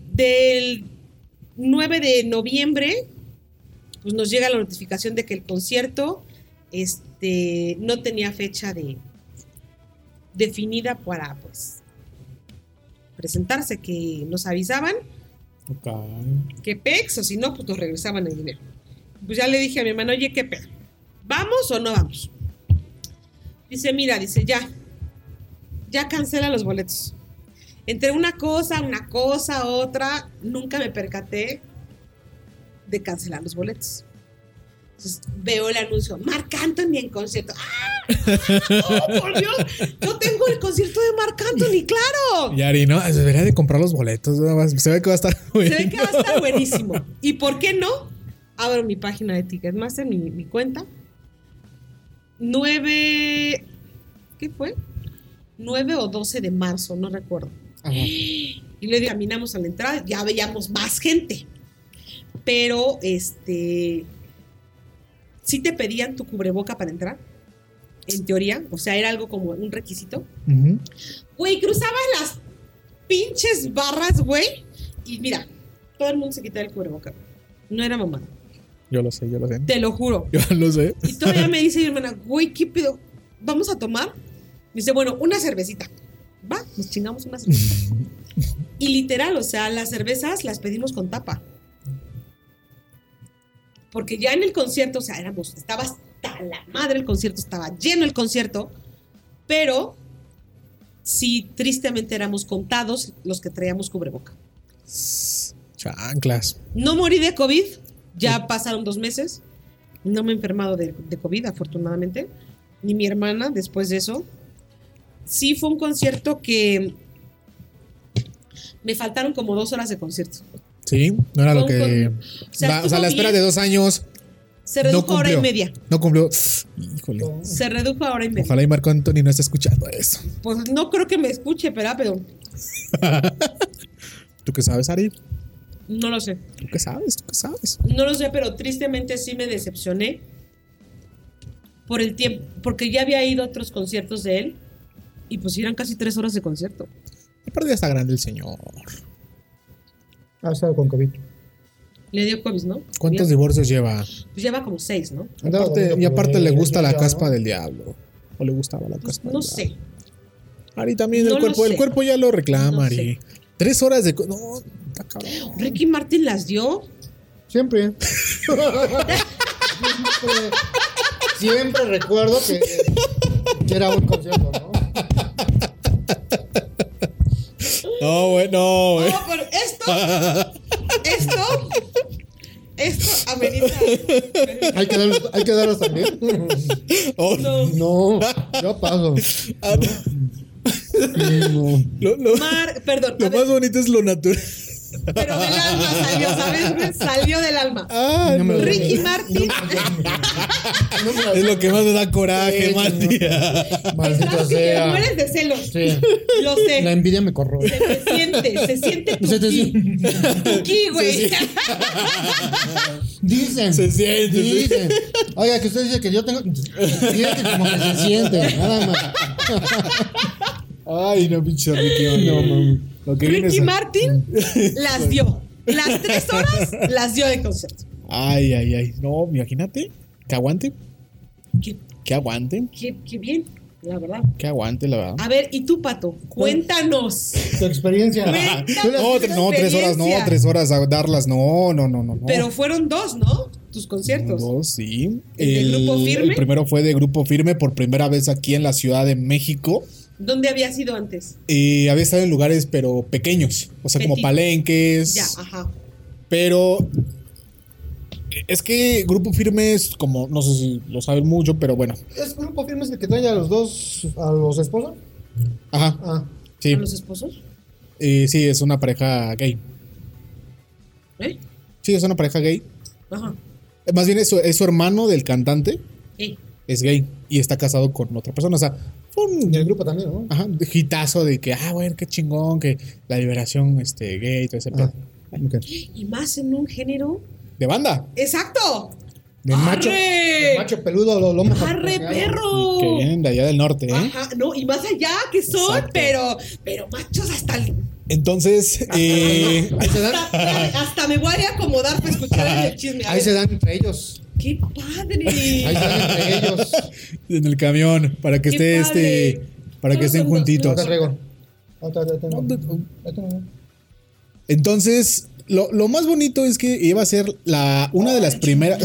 9 de noviembre, pues nos llega la notificación de que el concierto no tenía fecha definida para, pues, presentarse, que nos avisaban que pex, o si no, pues nos regresaban el dinero. Pues ya le dije a mi hermano, oye, ¿qué pedo? ¿Vamos o no vamos? Dice, mira, ya cancela los boletos. Entre una cosa, otra, nunca me percaté de cancelar los boletos. Entonces veo el anuncio, Marc Anthony en concierto. ¡Ah! ¡Oh, por Dios! Yo tengo el concierto de Marc Anthony, claro. Yari, no, debería de comprar los boletos. Se ve que va a estar buenísimo. ¿Y por qué no? Abro mi página de Ticketmaster, mi cuenta. 9, ¿qué fue? 9 o 12 de marzo, no recuerdo. Ajá. Y le caminamos a la entrada, ya veíamos más gente. Pero sí te pedían tu cubreboca para entrar, en teoría, o sea, era algo como un requisito. Güey, cruzabas las pinches barras, güey, y mira, todo el mundo se quitaba el cubreboca. No era mamá. Yo lo sé. Te lo juro. Yo lo sé. Y todavía me dice mi hermana, güey, ¿qué pedo? ¿Vamos a tomar? Dice, bueno, una cervecita. Va, nos chingamos una cervecita. Y literal, o sea, las cervezas las pedimos con tapa. Porque ya en el concierto, o sea, estaba hasta la madre el concierto, estaba lleno el concierto, pero sí, tristemente éramos contados los que traíamos cubreboca. Chanclas. No morí de COVID, ya pasaron 2 meses, no me he enfermado de COVID, afortunadamente, ni mi hermana después de eso. Sí fue un concierto que me faltaron como 2 horas de concierto. Sí, no era lo que... O sea, la espera de 2 años... Se redujo a hora y media. No cumplió. Híjole. Se redujo a hora y media. Ojalá y Marc Anthony no esté escuchando eso. Pues no creo que me escuche, pero... ¿Tú qué sabes, Ari? No lo sé. ¿Tú qué sabes? No lo sé, pero tristemente sí me decepcioné por el tiempo, porque ya había ido a otros conciertos de él y pues eran casi 3 horas de concierto. Aparte ya está grande el señor. Ha estado con COVID. Le dio COVID, ¿no? ¿Cuántos divorcios lleva? Pues lleva como 6, ¿no? Aparte le gusta la caspa del diablo. ¿O le gustaba la caspa? No sé. Ari también, el cuerpo ya lo reclama, Ari. 3 horas de... No, está cabrón. Ricky Martin las dio. Siempre. Siempre recuerdo que era un concierto, ¿no? No, güey. No, pero esto amerita. Hay que darlos también. Oh, no, yo paso. No. Perdón. Lo más bonito es lo natural. Pero del alma salió, ¿sabes? Salió del alma. Ricky Martin. Es lo que más me da coraje, Martín. Maldito sea. Mueres de celos. Sí. Lo sé. La envidia me corroe. Se siente tuki, güey. Dicen. Se siente. Dicen. Oiga, que usted dice que yo tengo. Fíjate como que se siente. Nada más. Ay, no, pinche Ricky. No, mami. Ricky Martin las dio. Las 3 horas las dio de concierto. Ay. No, imagínate. Que aguante. Que aguante. Qué bien, la verdad. Que aguante, la verdad. A ver, ¿y tú, Pato? Cuéntanos. Tu experiencia. No, 3 horas, no. 3 horas a darlas. No. Pero fueron 2, ¿no? Tus conciertos. 2, sí. ¿El de Grupo Firme? El primero fue de Grupo Firme por primera vez aquí en la Ciudad de México. ¿Dónde había sido antes? Había estado en lugares, pero pequeños. O sea, como palenques. Ya, ajá. Pero es que Grupo Firme es como, no sé si lo saben mucho, pero bueno. ¿Es Grupo Firme el que trae a los esposos? Ajá. Sí. ¿A los esposos? Sí, es una pareja gay. ¿Eh? Sí, es una pareja gay. Ajá. Más bien es su hermano del cantante. Sí. Es gay y está casado con otra persona. O sea, fue un... Y el grupo también, ¿no? Ajá, hitazo de que, bueno, qué chingón, que la liberación gay, todo ese pedo. Okay. Y más en un género. ¿De banda? ¡Exacto! De macho. ¡Arre! De macho peludo, los lomos. ¡Arre, perro! Que vienen de allá del norte, ¿eh? Ajá, no, y más allá que son, Exacto. pero machos hasta el. Entonces, Ahí se dan, Hasta me voy a acomodar para escuchar el chisme. A ahí ver, se dan entre ellos. ¡Qué padre! Ahí se dan entre ellos. en el camión, para que Qué esté padre. para que Todos estén son dos, juntitos. Otra traigo. Otra. Entonces, lo más bonito es que iba a ser una de las primeras.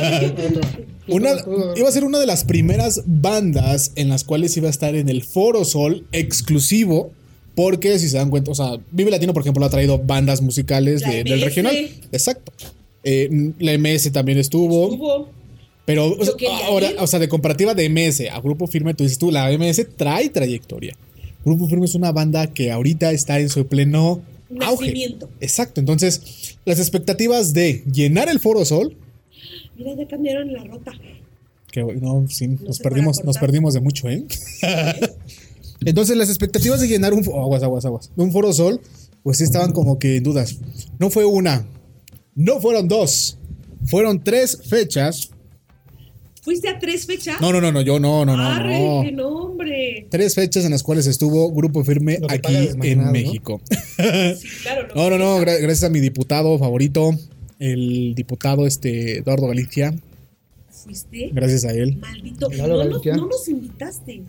Iba a ser una de las primeras bandas en las cuales iba a estar en el Foro Sol exclusivo. Porque si se dan cuenta, o sea, Vive Latino, por ejemplo, ha traído bandas musicales La del MS. regional. Exacto. La MS también estuvo. Pero Yo quería ahora, ir. o sea, de comparativa de MS a Grupo Firme, tú dices tú, la MS trae trayectoria. Grupo Firme es una banda que ahorita está en su pleno auge. Nacimiento. Exacto. Entonces, las expectativas de llenar el Foro Sol, Mira, ya cambiaron la rota. que no, sí, No nos se para cortar. perdimos de mucho, ¿eh? Entonces, las expectativas de llenar un Foro Sol, pues sí estaban como que en dudas. No fue una, no fueron dos, fueron 3 fechas. ¿Fuiste a 3 fechas? No, yo no. ¡Arre, qué nombre! 3 fechas en las cuales estuvo Grupo Firme Lo que aquí paga en desmañanado, ¿no? México. Sí, claro. No, gracias a mi diputado favorito, el diputado Eduardo Galicia. ¿Fuiste? Gracias a él. Maldito. Claro, Galicia. No nos invitaste.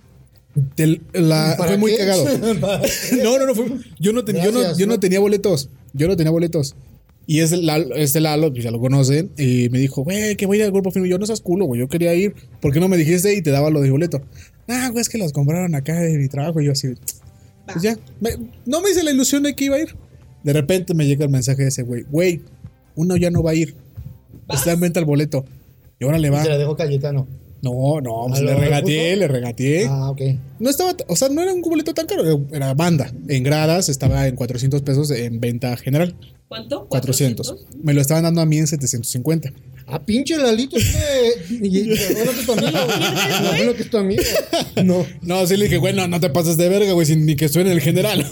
¿Para Fue muy qué? cagado. No, yo no tenía boletos. Yo no tenía boletos. Y Lalo, pues ya lo conocen, y me dijo, güey, que voy a ir al Grupo Firme. Y yo, no seas culo, güey, yo quería ir. ¿Por qué no me dijiste y te daba lo de boleto? Güey, es que los compraron acá de mi trabajo. Y yo así, Va. pues ya. No me hice la ilusión de que iba a ir. De repente me llega el mensaje de ese güey, uno ya no va a ir. Está en venta el boleto. Y ahora le va. Se la dejó Cayetano. No, pues ¿A le lo regateé, puso? le regateé. Ah, ok. No estaba, o sea, no era un boleto tan caro, era banda. En gradas estaba en 400 pesos en venta general. ¿Cuánto? 400. Me lo estaban dando a mí en 750. Ah, pinche Lalito, bueno que es tu amigo. Bueno que es tu amigo. No. No, sí le dije, güey, no te pases de verga, güey, ni que suene el general.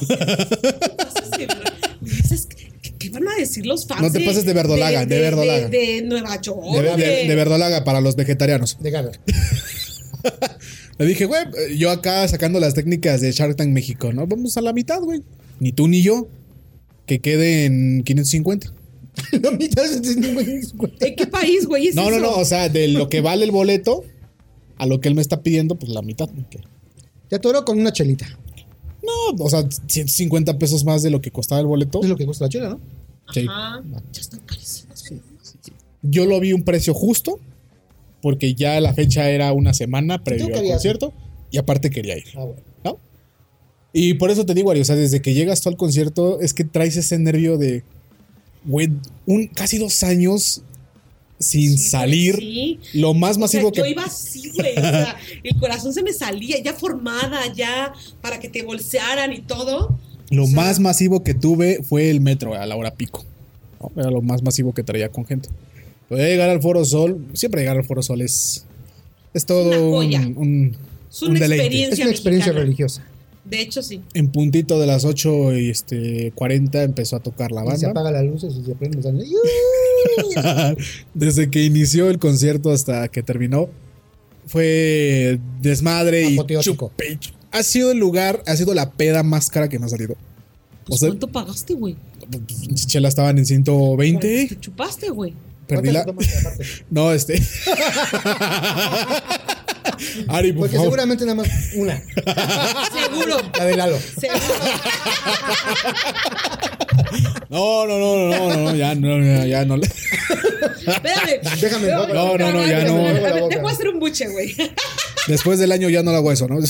¿Qué van a decir los fans? No te pases de verdolaga, de verdolaga. De Nueva York. De verdolaga para los vegetarianos. De Gaber. Le dije, güey, yo acá sacando las técnicas de Shark Tank México, ¿no? Vamos a la mitad, güey. Ni tú ni yo. Que quede en 550. La mitad es 50. ¿En qué país, güey? ¿Es No, eso? o sea, de lo que vale el boleto a lo que él me está pidiendo, pues la mitad. ¿Qué? Te atoro con una chelita. No, o sea, 150 pesos más de lo que costaba el boleto. Es lo que cuesta la chela, ¿no? Sí. Ajá. Ya están carísimos. Yo lo vi un precio justo porque ya la fecha era una semana previo al querías concierto y aparte quería ir, Ah, bueno. ¿no? Y por eso te digo, Ari, o sea, desde que llegas tú al concierto es que traes ese nervio de, güey, casi 2 años sin salir. Sí. Lo más masivo Yo que... iba así, güey. O sea, el corazón se me salía ya formada, ya para que te bolsearan y todo. Lo O sea, más masivo que tuve fue el metro a la hora pico, ¿no? Era lo más masivo que traía con gente. Podía llegar al Foro Sol, siempre llegar al Foro Sol es todo una joya. un Es una deleite. experiencia. Es una experiencia mexicana. religiosa. De hecho, sí. En puntito de las 8:40 empezó a tocar la Y se banda. apagan las luces y se prende. Sale. Desde que inició el concierto hasta que terminó, fue desmadre y Apoteótico. chupe. Ha sido el lugar, ha sido la peda más cara que me ha salido. Pues, O sea, ¿cuánto pagaste, güey? chela estaban en 120. Te chupaste, güey. Perdí la. ¿Cuántas tomas aparte? No, Ari, por Porque favor. seguramente nada más una. Seguro. La de Lalo. Seguro. No, ya no. Espérame. Déjame. No, ya no. A ver, te voy a hacer un buche, güey. Después del año ya no lo hago eso, ¿no?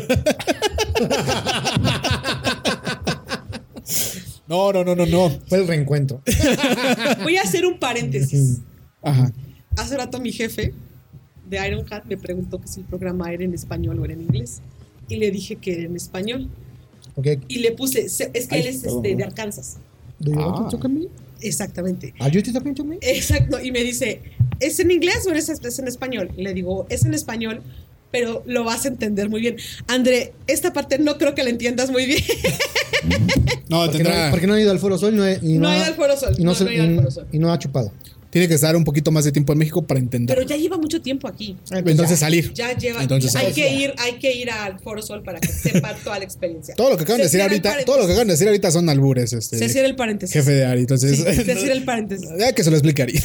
No. Fue el reencuentro. Voy a hacer un paréntesis. Ajá. Hace rato mi jefe de Ironcat me preguntó que si el programa era en español o era en inglés. Y le dije que era en español. Okay. Y le puse, es que Ay, él es perdón. de Arkansas. Do you want to talk to me? Exactamente. Are you talking to me? Exacto. Y me dice, ¿es en inglés o es en español? Y le digo, es en español, pero lo vas a entender muy bien. André, esta parte no creo que la entiendas muy bien. No, Porque tendrá. no han ido al Foro Sol y No ha ido al Foro Sol. y no No ha ido al Foro Sol. y no ha chupado. Tiene que estar un poquito más de tiempo en México para entender. Pero ya lleva mucho tiempo aquí. Entonces salir. Ya lleva. Entonces, hay que ir al Foro Sol para que sepa toda la experiencia. Todo lo que acaban de decir ahorita, son albures. Se cierra el paréntesis. Jefe de Ari. Entonces, Sí, se cierra el paréntesis. Ya que se lo explique Ari.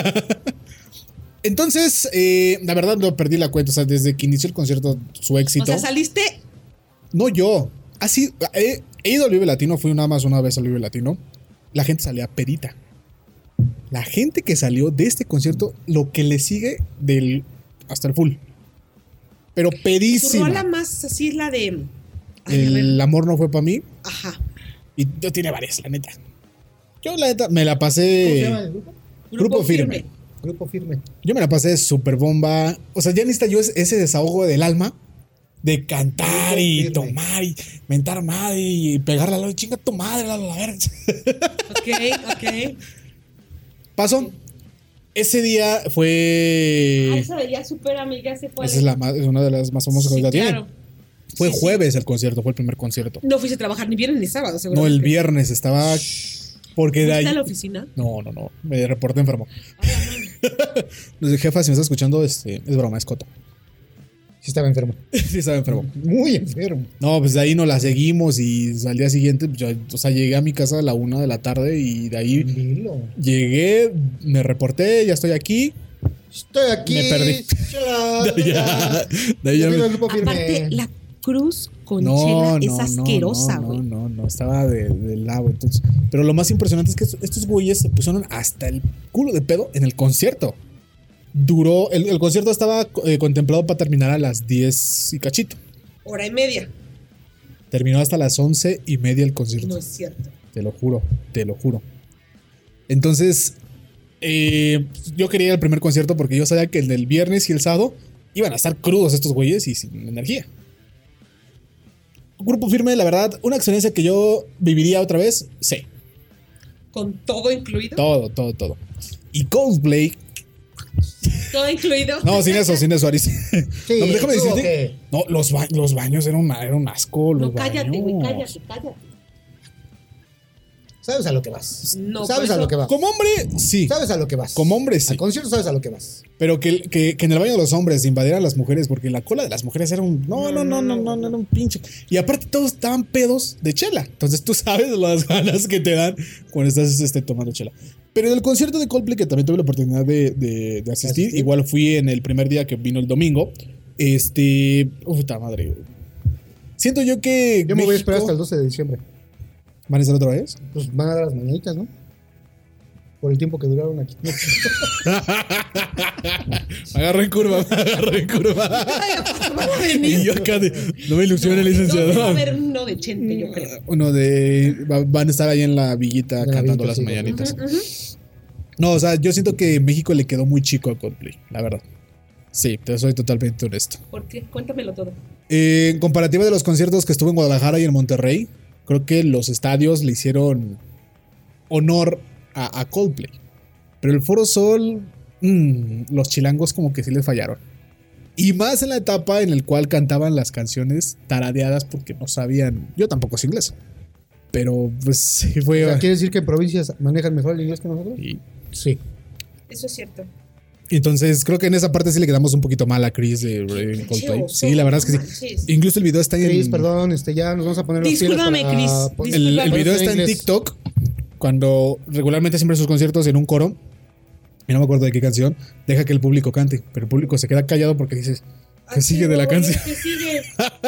Entonces, la verdad no perdí la cuenta. O sea, desde que inició el concierto, su éxito. O sea, saliste. No yo. Así, he ido al Vive Latino, fui nada más una vez al Vive Latino. La gente salía pedita. La gente que salió de este concierto, lo que le sigue hasta el full. Pero Su pedísima. rola más así es la de. El amor no fue para mí. Ajá. Y yo tiene varias, la neta. Yo la neta me la ¿Cómo se llama pasé. el grupo? Grupo Firme. Grupo Firme. Yo me la pasé súper bomba. O sea, ya necesita yo ese desahogo del alma. De cantar Grupo y Firme. tomar y mentar madre y pegarle a la chinga tu madre, la verga. Ok. Pasó. Ese día fue. Esa de ya supera, amiga, se fue. Esa es una de las más famosas que ahorita tiene. Fue Sí, jueves el concierto, fue el primer concierto. No fuiste a trabajar ni viernes ni sábado, No, seguramente. el viernes estaba. Porque de ¿Fuiste ahí. a la oficina? No. Me reporté enfermo. Les dije, jefa, si me está escuchando, es broma, es coto. Sí estaba enfermo. Sí, estaba enfermo. Muy enfermo. No, pues de ahí nos la seguimos y al día siguiente, pues, o sea, llegué a mi casa a la 1 de la tarde y de ahí Dilo. llegué, me reporté, ya estoy aquí. Estoy aquí. Me perdí. De ahí ya Viva el me- Grupo Firme. Aparte, la cruz con chela es asquerosa, güey. No, estaba del lado. Entonces, pero lo más impresionante es que estos güeyes se pusieron hasta el culo de pedo en el concierto. Duró, el concierto estaba contemplado para terminar a las 10 y cachito. Hora y media. Terminó hasta las 11:30 el concierto. No es cierto. Te lo juro. Entonces, yo quería ir al primer concierto porque yo sabía que el del viernes y el sábado iban a estar crudos estos güeyes y sin energía. Grupo Firme, la verdad, una experiencia que yo viviría otra vez, sí. Con todo incluido. Todo. Y Coldplay, Todo incluido. no, sin eso, Aris. Sí, No, déjame ¿tú o decirte. qué? No, los baños eran un asco. No, Los cállate, baños. güey, cállate. Sabes a lo que vas. No, Sabes por a lo eso- que vas. Como hombre, sí. Sabes a lo que vas. Como hombre, sí. Al concierto sabes a lo que vas. Pero que en el baño de los hombres invadieran las mujeres, porque la cola de las mujeres era un. No, era un pinche. Y aparte, todos estaban pedos de chela. Entonces tú sabes las ganas que te dan cuando estás tomando chela. Pero en el concierto de Coldplay, que también tuve la oportunidad de asistir, igual fui en el primer día que vino el domingo. Puta madre. Siento yo que. Yo me voy a esperar México- hasta el 12 de diciembre. ¿Van a estar otra vez? Pues van a dar las mañanitas, ¿no? Por el tiempo que duraron aquí. Agarro en curva. Van a venir. Y yo acá de. No me ilusione, licenciado. Va a haber uno de Chente, yo creo. Uno de. Van a estar ahí en la villita En la cantando villita, las sí. mañanitas. No, o sea, yo siento que México le quedó muy chico a Coldplay, la verdad. Sí, te soy totalmente honesto. ¿Por qué? Cuéntamelo todo. En comparativa de los conciertos que estuve en Guadalajara y en Monterrey, creo que los estadios le hicieron honor a Coldplay. Pero el Foro Sol, los chilangos como que sí les fallaron. Y más en la etapa en la cual cantaban las canciones taradeadas porque no sabían. Yo tampoco sé inglés. Pero pues sí fue. O sea, ¿quiere decir que en provincias manejan mejor el inglés que nosotros? Y Sí. Eso es cierto. entonces creo que en esa parte sí le quedamos un poquito mal a Chris de Coldplay. oso, Sí, la verdad es que no sí. manches. Incluso el video está en. Chris, perdón, ya nos vamos a poner los pilas Discúlpame, para- Chris. por- El video está en inglés. TikTok. Cuando regularmente siempre sus conciertos en un coro. Y no me acuerdo de qué canción. Deja que el público cante. Pero el público se queda callado porque dices. ¿Qué sigue de la canción? ¿Qué sigue?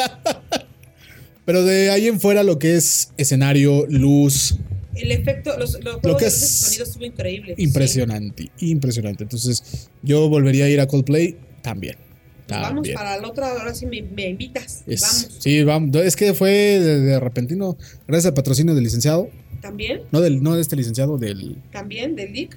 Pero de ahí en fuera lo que es escenario, luz, El efecto, los Lo juegos que de es sonido estuvo increíble. impresionante. Impresionante. Entonces yo volvería a ir a Coldplay también. Sí. Vamos También. para la otra, ahora sí me invitas. Vamos. Sí, vamos. Es que fue de repentino. Gracias al patrocinio del licenciado. ¿También? No de este licenciado, del. ¿También? ¿Del DIC?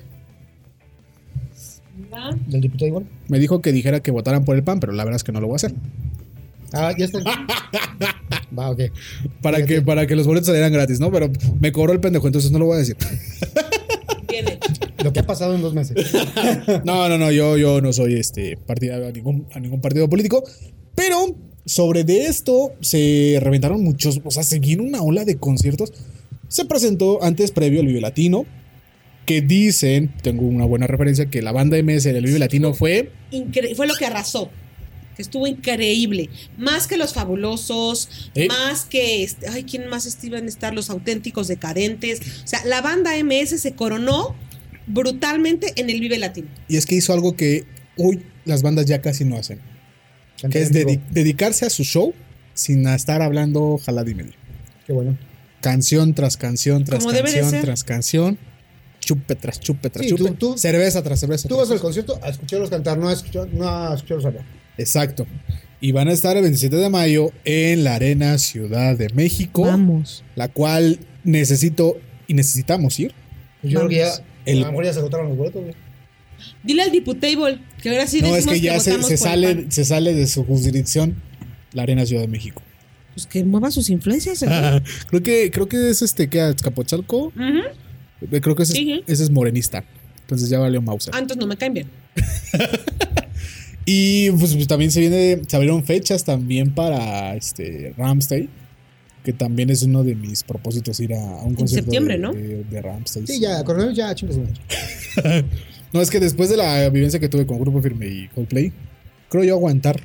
Mira. ¿Del diputado igual? Me dijo que dijera que votaran por el PAN, pero la verdad es que no lo voy a hacer. Ah, ya está. Va, ok. Para que los boletos salieran gratis, ¿no? Pero me cobró el pendejo, entonces no lo voy a decir. Viene. Lo que ha pasado en 2 meses. No, yo no soy partidario a ningún partido político. Pero sobre de esto se reventaron muchos, o sea, se vino una ola de conciertos. Se presentó antes, previo al Vive Latino. Que dicen, tengo una buena referencia, que la banda MS del Vive Latino fue Fue lo que arrasó. Que estuvo increíble. Más que los Fabulosos, más que ay, ¿quién más iban a estar? Los Auténticos Decadentes. O sea, la banda MS se coronó brutalmente en el Vive Latino. Y es que hizo algo que hoy las bandas ya casi no hacen. Que es dedicarse a su show sin estar hablando jalada y medio. Qué bueno. Canción tras canción tras Como debe de canción ser. tras canción. Chupe tras chupe tras Sí, chupe. tú- cerveza tras cerveza. Tú tras vas al concierto a escucharlos cantar, no a escucharlos hablar. Exacto. Y van a estar el 27 de mayo en la Arena Ciudad de México. Vamos. La cual necesitamos ir. Pues yo creo que ya, Vamos. a lo mejor ya se agotaron los boletos, güey. Dile al Diputable que ahora sí No, es decimos que ya votamos se por el sale, PAN. se sale de su jurisdicción la Arena Ciudad de México. Pues que mueva sus influencias. creo que es que Azcapotzalco. Ujú. Creo que ese, Sí. ese es morenista. Entonces ya valió Mauser. Antes no me caen bien. Y pues también se abrieron fechas también para Rammstein, que también es uno de mis propósitos ir a un concierto septiembre, de, ¿no? de Rammstein. Sí, ya, coronavirus ya, chingas. No, es que después de la vivencia que tuve con Grupo Firme y Coldplay, creo yo aguantar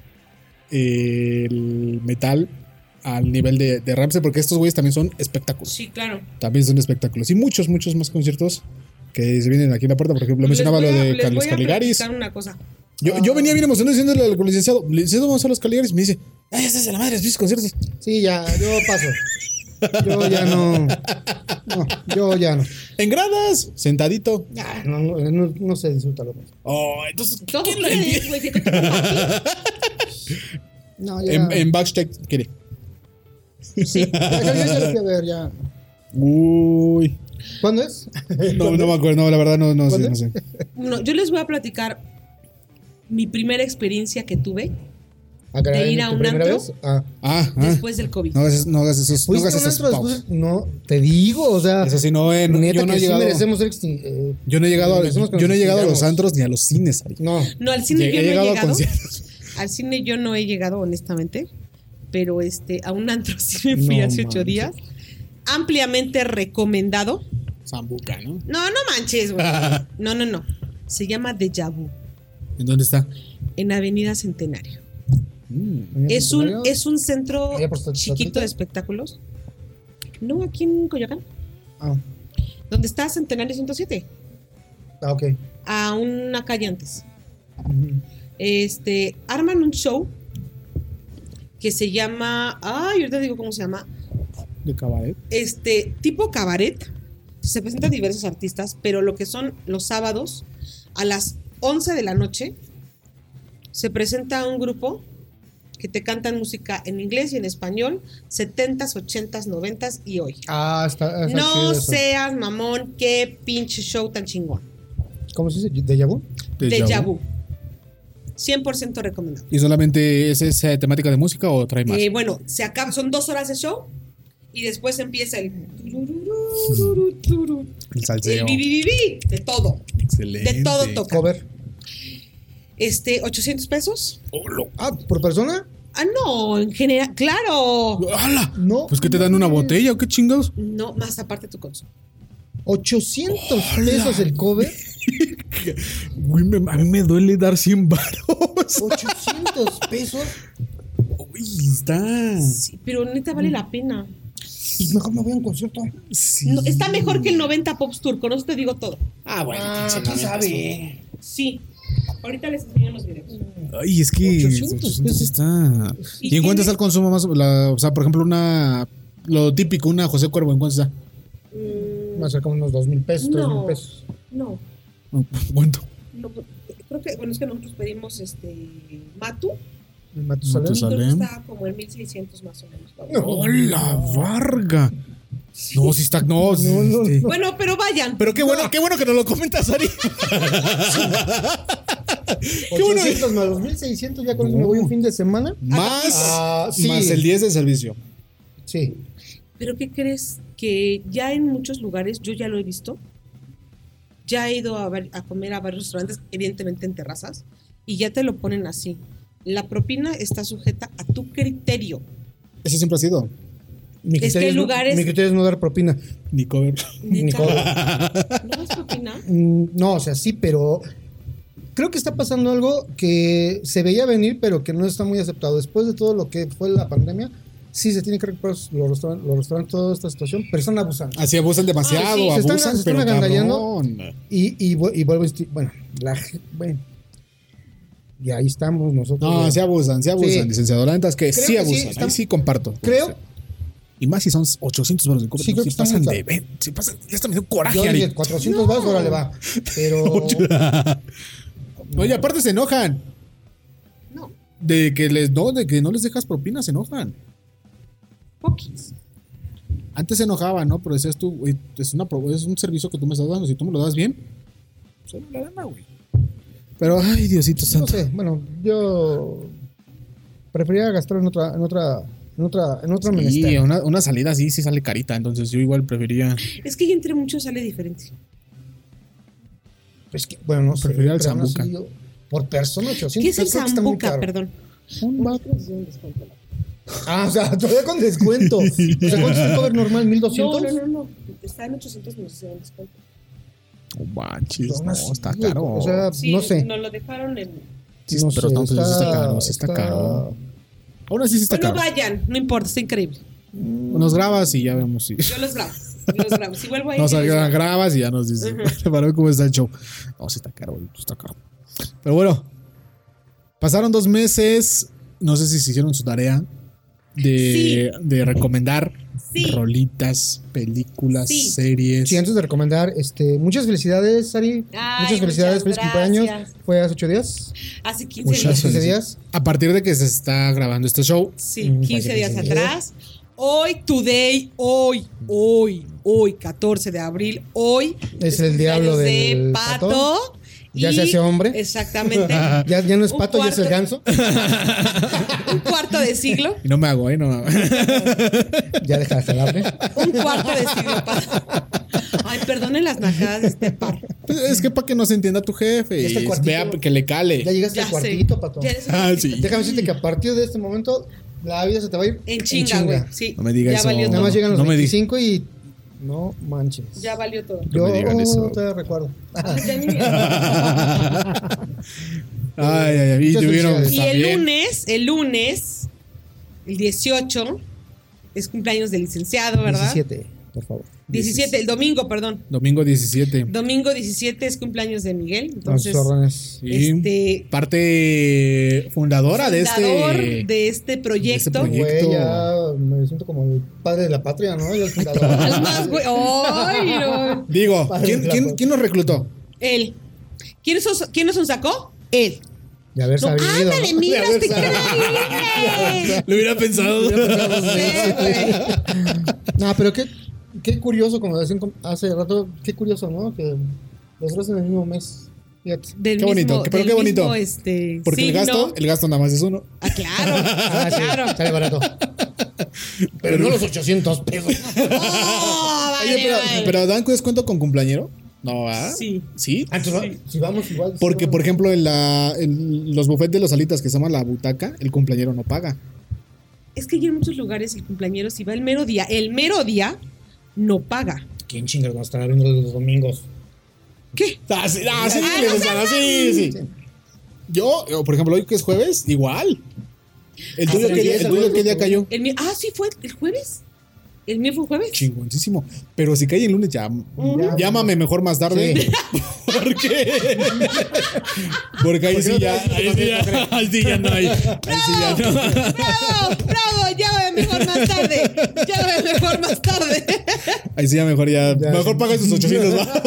el metal al nivel de Rammstein, porque estos güeyes también son espectáculos. Sí, claro. También son espectáculos. Y muchos más conciertos que se vienen aquí en la puerta. Por ejemplo, mencionaba lo de Carlos Caligaris. Les voy a platicar una cosa. Yo venía bien emocionado diciéndole al licenciado, vamos a los Caligaris. Me dice, ay, estás de la madre, ¿viste conciertos? Sí, ya, yo paso. Yo ya no. No, yo ya no. En gradas, sentadito. Ya, no sé disfrutarlo más. Oh, entonces, Todo ¿quién la quieres, entiende? güey, que te compartí. No, ya. En backstage, ¿quiere? Sí, ya lo fui a ver, ya. Uy. ¿Cuándo es? No me acuerdo, no, la verdad no sé, ¿Cuándo? no sé. No, yo les voy a platicar mi primera experiencia que tuve ¿A caray, de ir a tu un primera antro? vez? Ah. después del COVID. No hagas esos, no ¿Fuiste hagas a un esas antro pausas. después? No, te digo, o sea. Eso sí, neta yo no que he sí llegado. merecemos ser Yo no he llegado, merecemos que yo no nos he llegado a los extingamos. antros ni a los cines. Ari. No. No, al cine yo no he a llegado. conciertos. Al cine yo no he llegado, honestamente. Pero a un antro sí me fui No hace 8 manches. días. Ampliamente recomendado. Zambuca, ¿no? No manches, güey. No. Se llama Deja Vu, ¿En dónde está? en Avenida Centenario. Mm. Es un centro ¿Allá por Santa chiquito Rita? de espectáculos. No, aquí en Coyoacán. Ah, Donde está Centenario 107. ok. A una calle antes. Ujú. Arman un show que se llama. Ay, ahorita digo cómo se llama. De cabaret. Tipo cabaret. Se presentan diversos artistas, pero lo que son los sábados, a las 11 de la noche, se presenta un grupo que te cantan música en inglés y en español, 70s, 80s, 90s y hoy. Ah, está No chido eso. seas mamón, qué pinche show tan chingón. ¿Cómo se dice? ¿Déjà vu? Deja Vu. 100% recomendado. ¿Y solamente es esa temática de música o trae más? Bueno, se acaba, son 2 horas de show y después empieza el El salseo. vivivivi, de todo. Excelente. De todo toca. Cover. 800 pesos. Ah, ¿por persona? No, en general, claro. ¡Hala! No. Pues que te dan una botella o qué chingados. No, más aparte tu consumo. 800 pesos el cover. Güey, a mí me duele dar 100 varos. 800 pesos. Uy, está. Sí, pero neta vale la pena. Y mejor me voy a un concierto. Sí. No, está mejor que el 90 Pops Tour, con eso te digo todo. Ah, bueno. ¿quién sabe? Sí. Ahorita les enseño los videos. Ay, es que 800 pesos. está. ¿Y ¿Y en cuánto tiene? está el consumo más? O sea, por ejemplo, lo típico, una José Cuervo, ¿en cuánto está? Me acerca unos 2,000 pesos, No. 3,000 pesos. No, ¿Cuánto? creo que, bueno, es que nosotros pedimos Matu. El Matusalén. Matusalén. Y creo que está como en 1,600 más o menos. ¡Hola, Varga! No, sí está. No, sí, no, sí. Bueno, pero vayan. Pero qué bueno que nos lo comentas, Ari. Qué bueno. 800 más 2,600, ya con eso me voy un fin de semana. Más sí. el 10 de servicio. Sí. Pero ¿qué crees? Que ya en muchos lugares, yo ya lo he visto, ya he ido a comer a varios restaurantes, evidentemente en terrazas, y ya te lo ponen así. La propina está sujeta a tu criterio. Eso siempre ha sido. Mi Es que hay lugares. Mi criterio es no dar propina. Ni cover. Ni cover. ¿No vas a opinar? No, o sea, sí, pero creo que está pasando algo que se veía venir, pero que no está muy aceptado. Después de todo lo que fue la pandemia, sí se tiene que recuperar los restaurantes, toda esta situación, pero están abusando. Así abusan demasiado, Sí. abusan, Se están pero agandallando. cabrón. Y vuelvo a insistir, bueno, y ahí estamos nosotros. No, ya. se abusan, Sí. licenciado. La neta es que Creo sí que abusan, sí, ahí estamos- sí comparto. Creo, Y más si son 800 baros de cover, Sí, creo si que está pasan muy de... Si pasan, ya está medio coraje, yo Ari. dije 400 vas, órale va. Pero Oye, aparte se enojan. No, De que no les dejas propinas, se enojan. poquis. Antes se enojaban, ¿no? Pero decías tú, güey, es un servicio que tú me estás dando. Si tú me lo das bien, pues la gana, güey. Pero, ay, Diosito no santo. sé, bueno, yo prefería gastar en otra Sí, menester. una salida así sí sale carita. Entonces yo igual preferiría. Es que ya entre muchos sale diferente. Es que, bueno, no sé. Preferiría el pero aún así Zambuca. yo- Por persona, 800. ¿Qué es el creo que está muy Zambuca? caro. Perdón. Ah, o sea, todavía con descuento. O sea, ¿cuánto es el cover normal? ¿1200? No. Está en 800 menos en descuento. Oh, manches, Aún no, así, está güey, caro. O sea, Sí, no sé. nos lo dejaron en. Sí, no pero sé, entonces sí está caro, sí está caro. Aún así sí está Bueno, caro. vayan, no importa, está increíble. Nos grabas y ya vemos si. Yo los grabo. Si vuelvo ahí. Nos yo los grabo. grabas y ya nos dices para ver cómo está el show. No, sí está caro, güey, está caro. Pero bueno, pasaron 2 meses. No sé si se hicieron su tarea de recomendar Sí. rolitas, películas, Sí. series. Sí, antes de recomendar, muchas felicidades, Ari. Ay, muchas felicidades, muchas feliz cumpleaños. gracias. Fue hace 8 días. Hace 15 Muchas días. 15 felicidades. días. A partir de que se está grabando este show, Sí, Mm, 15 días parece que atrás. Hoy, hoy, 14 de abril, hoy. Es el diablo cumpleaños del de pato. Pato. Ya y- se hace hombre. Exactamente. Ya no es Un pato, ya es el cuarto. ganso. Un cuarto de siglo. y no me hago, no me hago. Ya deja de jalarle. Un cuarto de siglo, Pato. Ay, perdonen las najadas de este par. Pues es que para que no se entienda tu jefe. Ya está el Y cuartito. vea que le cale. Ya llegaste Ya al sé. cuartito, pato. Ya eres un Ah, cuartito. sí. Déjame decirte que a partir de este momento la vida se te va a ir En chinga, güey. Sí. No me digas ya eso. valió Nada todo. más llegan los No me di- 25 y no manches. Ya valió todo. Yo me digan eso. te recuerdo. Ay, ya ni me- Ay, y Muchas tuvieron felicidades. Y el también. lunes, el 18, es cumpleaños del licenciado, ¿verdad? 17, por favor. 17, el domingo, perdón. Domingo 17. Domingo 17 es cumpleaños de Miguel. A sus Entonces, órdenes. Sí. Parte fundadora fundador de de este proyecto. proyecto. Güey, ya me siento como el padre de la patria, ¿no? Yo el fundador. Al más, güey. ¡Ay, no! Digo, Padre de la ¿quién nos reclutó? Él. ¿Quién nos sacó? Él. De haber No, sabido. ándale, mira, De haber este sabido. cara. Lo hubiera pensado. Sí, güey. No, pero qué curioso, como decían hace rato, qué curioso, ¿no? Que los dos en el mismo mes. Fíjate. Del Qué bonito, mismo- pero del qué bonito. mismo, Porque signo. el gasto nada más es uno. Ah, claro. Ah, sí, claro. sale barato. Pero no los 800 pesos. Oh, vale, Oye, vale. pero ¿dan descuento con cumpleañero? No, ¿ah? Sí. ¿Sí? Entonces, si vamos igual. Porque, por ejemplo, en los buffets de los alitas que se llama la butaca, el cumpleañero no paga. Es que ya en muchos lugares el cumpleañero, si va el mero día, no paga. ¿Quién chingas va a estar abriendo los domingos? ¿Qué? Sí, sí. Yo, por ejemplo, hoy que es jueves, igual. ¿El tuyo sí, qué día cayó? El mío, sí fue el jueves. El mío fue jueves. Chingoncísimo. Pero si cae el lunes, ya. Ya. Llámame mejor más tarde. Sí. ¿Por qué? Porque ahí sí ya. Ahí sí ya no hay. Ahí sí ya no. ¡Bravo! Llámame mejor más tarde. Ahí sí ya mejor ya. Ya. Mejor paga esos 800, ¿va?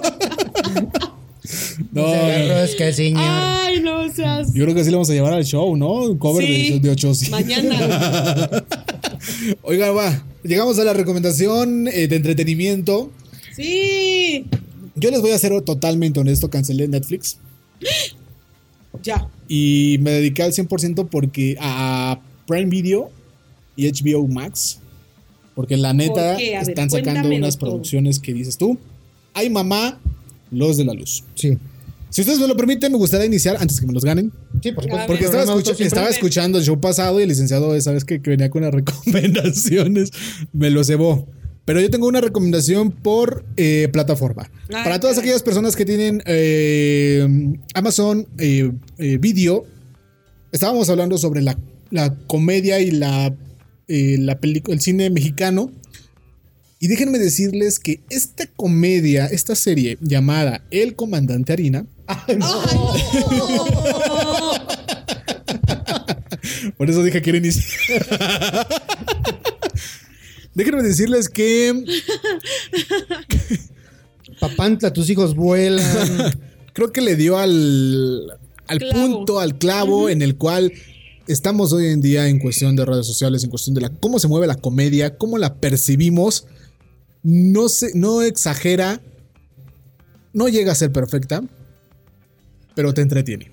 No. Es que señor. Ay, no seas. Yo creo que sí le vamos a llevar al show, ¿no? Un cover Sí. de 800. Mañana. Oiga, va. Llegamos a la recomendación de entretenimiento. Sí. Yo les voy a ser totalmente honesto. Cancelé Netflix. Ya. Y me dediqué al 100% porque a Prime Video y HBO Max. Porque la neta ¿Por qué? A ver, están sacando cuéntamelo unas todo. producciones que dices tú. Ay, mamá, Los de la Luz. Sí. Si ustedes me lo permiten, me gustaría iniciar antes que me los ganen. Sí, por supuesto. Porque estaba escuchando el show pasado y el licenciado, sabes que venía con las recomendaciones, me lo cebó. Pero yo tengo una recomendación por plataforma. Para todas aquellas personas que tienen Amazon Video, estábamos hablando sobre la comedia y el cine mexicano. Y déjenme decirles que esta comedia, esta serie llamada El Comandante Harina. ¡Ay, no! Por eso dije que era iniciar. Déjenme decirles que. Papantla, tus hijos vuelan. Creo que le dio al punto, al clavo, en el cual estamos hoy en día en cuestión de redes sociales, en cuestión de cómo se mueve la comedia, cómo la percibimos. No exagera, no llega a ser perfecta, pero te entretiene.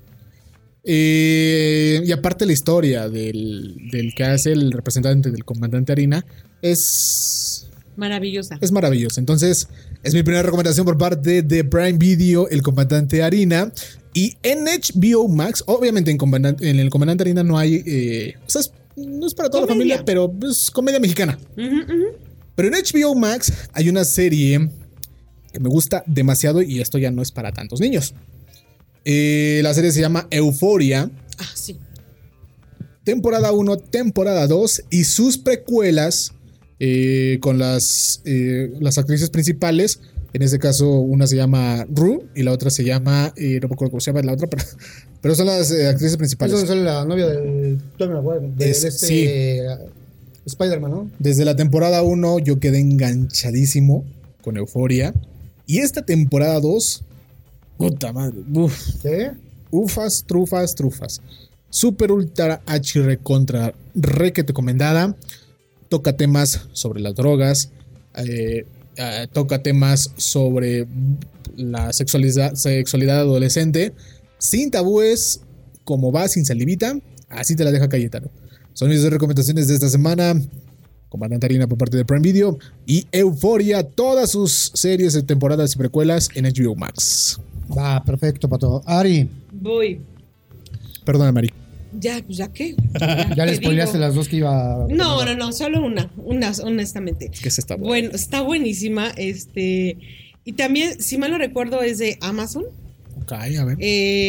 Y aparte la historia del que hace el representante del Comandante Harina es maravillosa. Es maravillosa. Entonces, es mi primera recomendación por parte de Prime Video, El Comandante Harina. Y en HBO Max, obviamente en el Comandante Harina no hay... no es para toda la familia, pero es comedia mexicana. Pero en HBO Max hay una serie que me gusta demasiado y esto ya no es para tantos niños. La serie se llama Euphoria. Ah, sí. Temporada 1, temporada 2 y sus precuelas con las actrices principales. En este caso, una se llama Rue y la otra se llama... no me acuerdo cómo se llama la otra, pero son las actrices principales. Esa es la novia del Tommy Maguire, sí. Spider-Man, ¿no? Desde la temporada 1 yo quedé enganchadísimo con Euphoria. Y esta temporada 2, puta madre. ¿Qué? Ufas, trufas. Super ultra HR contra requete recomendada. Toca temas sobre las drogas. Toca temas sobre la sexualidad adolescente. Sin tabúes, como va sin salivita. Así te la deja Cayetano. Son mis 2 recomendaciones de esta semana. Comandante Harina por parte de Prime Video y Euphoria, todas sus series de temporadas y precuelas en HBO Max. Va, perfecto, Pato. Ari. Voy. Perdona, Mari. Ya, pues ya qué. Ya le spoileaste las 2 que iba. No, solo una, honestamente. Es que esa está buena. Bueno, está buenísima. Y también, si mal no recuerdo, es de Amazon. Ok, a ver.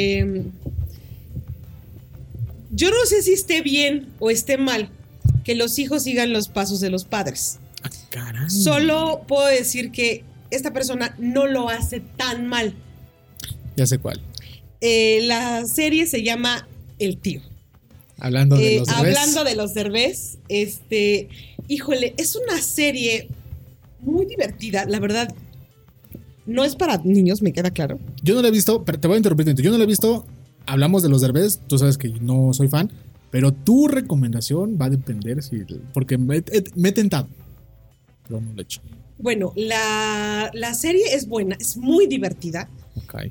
Yo no sé si esté bien o esté mal que los hijos sigan los pasos de los padres. Ah, caray. Solo puedo decir que esta persona no lo hace tan mal. Ya sé cuál. La serie se llama El Tío. Hablando de los Derbez. Hablando de los Derbez. Híjole, es una serie muy divertida, la verdad. No es para niños, me queda claro. Yo no la he visto, pero te voy a interrumpir. Yo no la he visto. Hablamos de los Derbez, tú sabes que no soy fan, pero tu recomendación va a depender porque me he tentado, pero no lo he hecho. Bueno, la serie es buena, es muy divertida. Okay.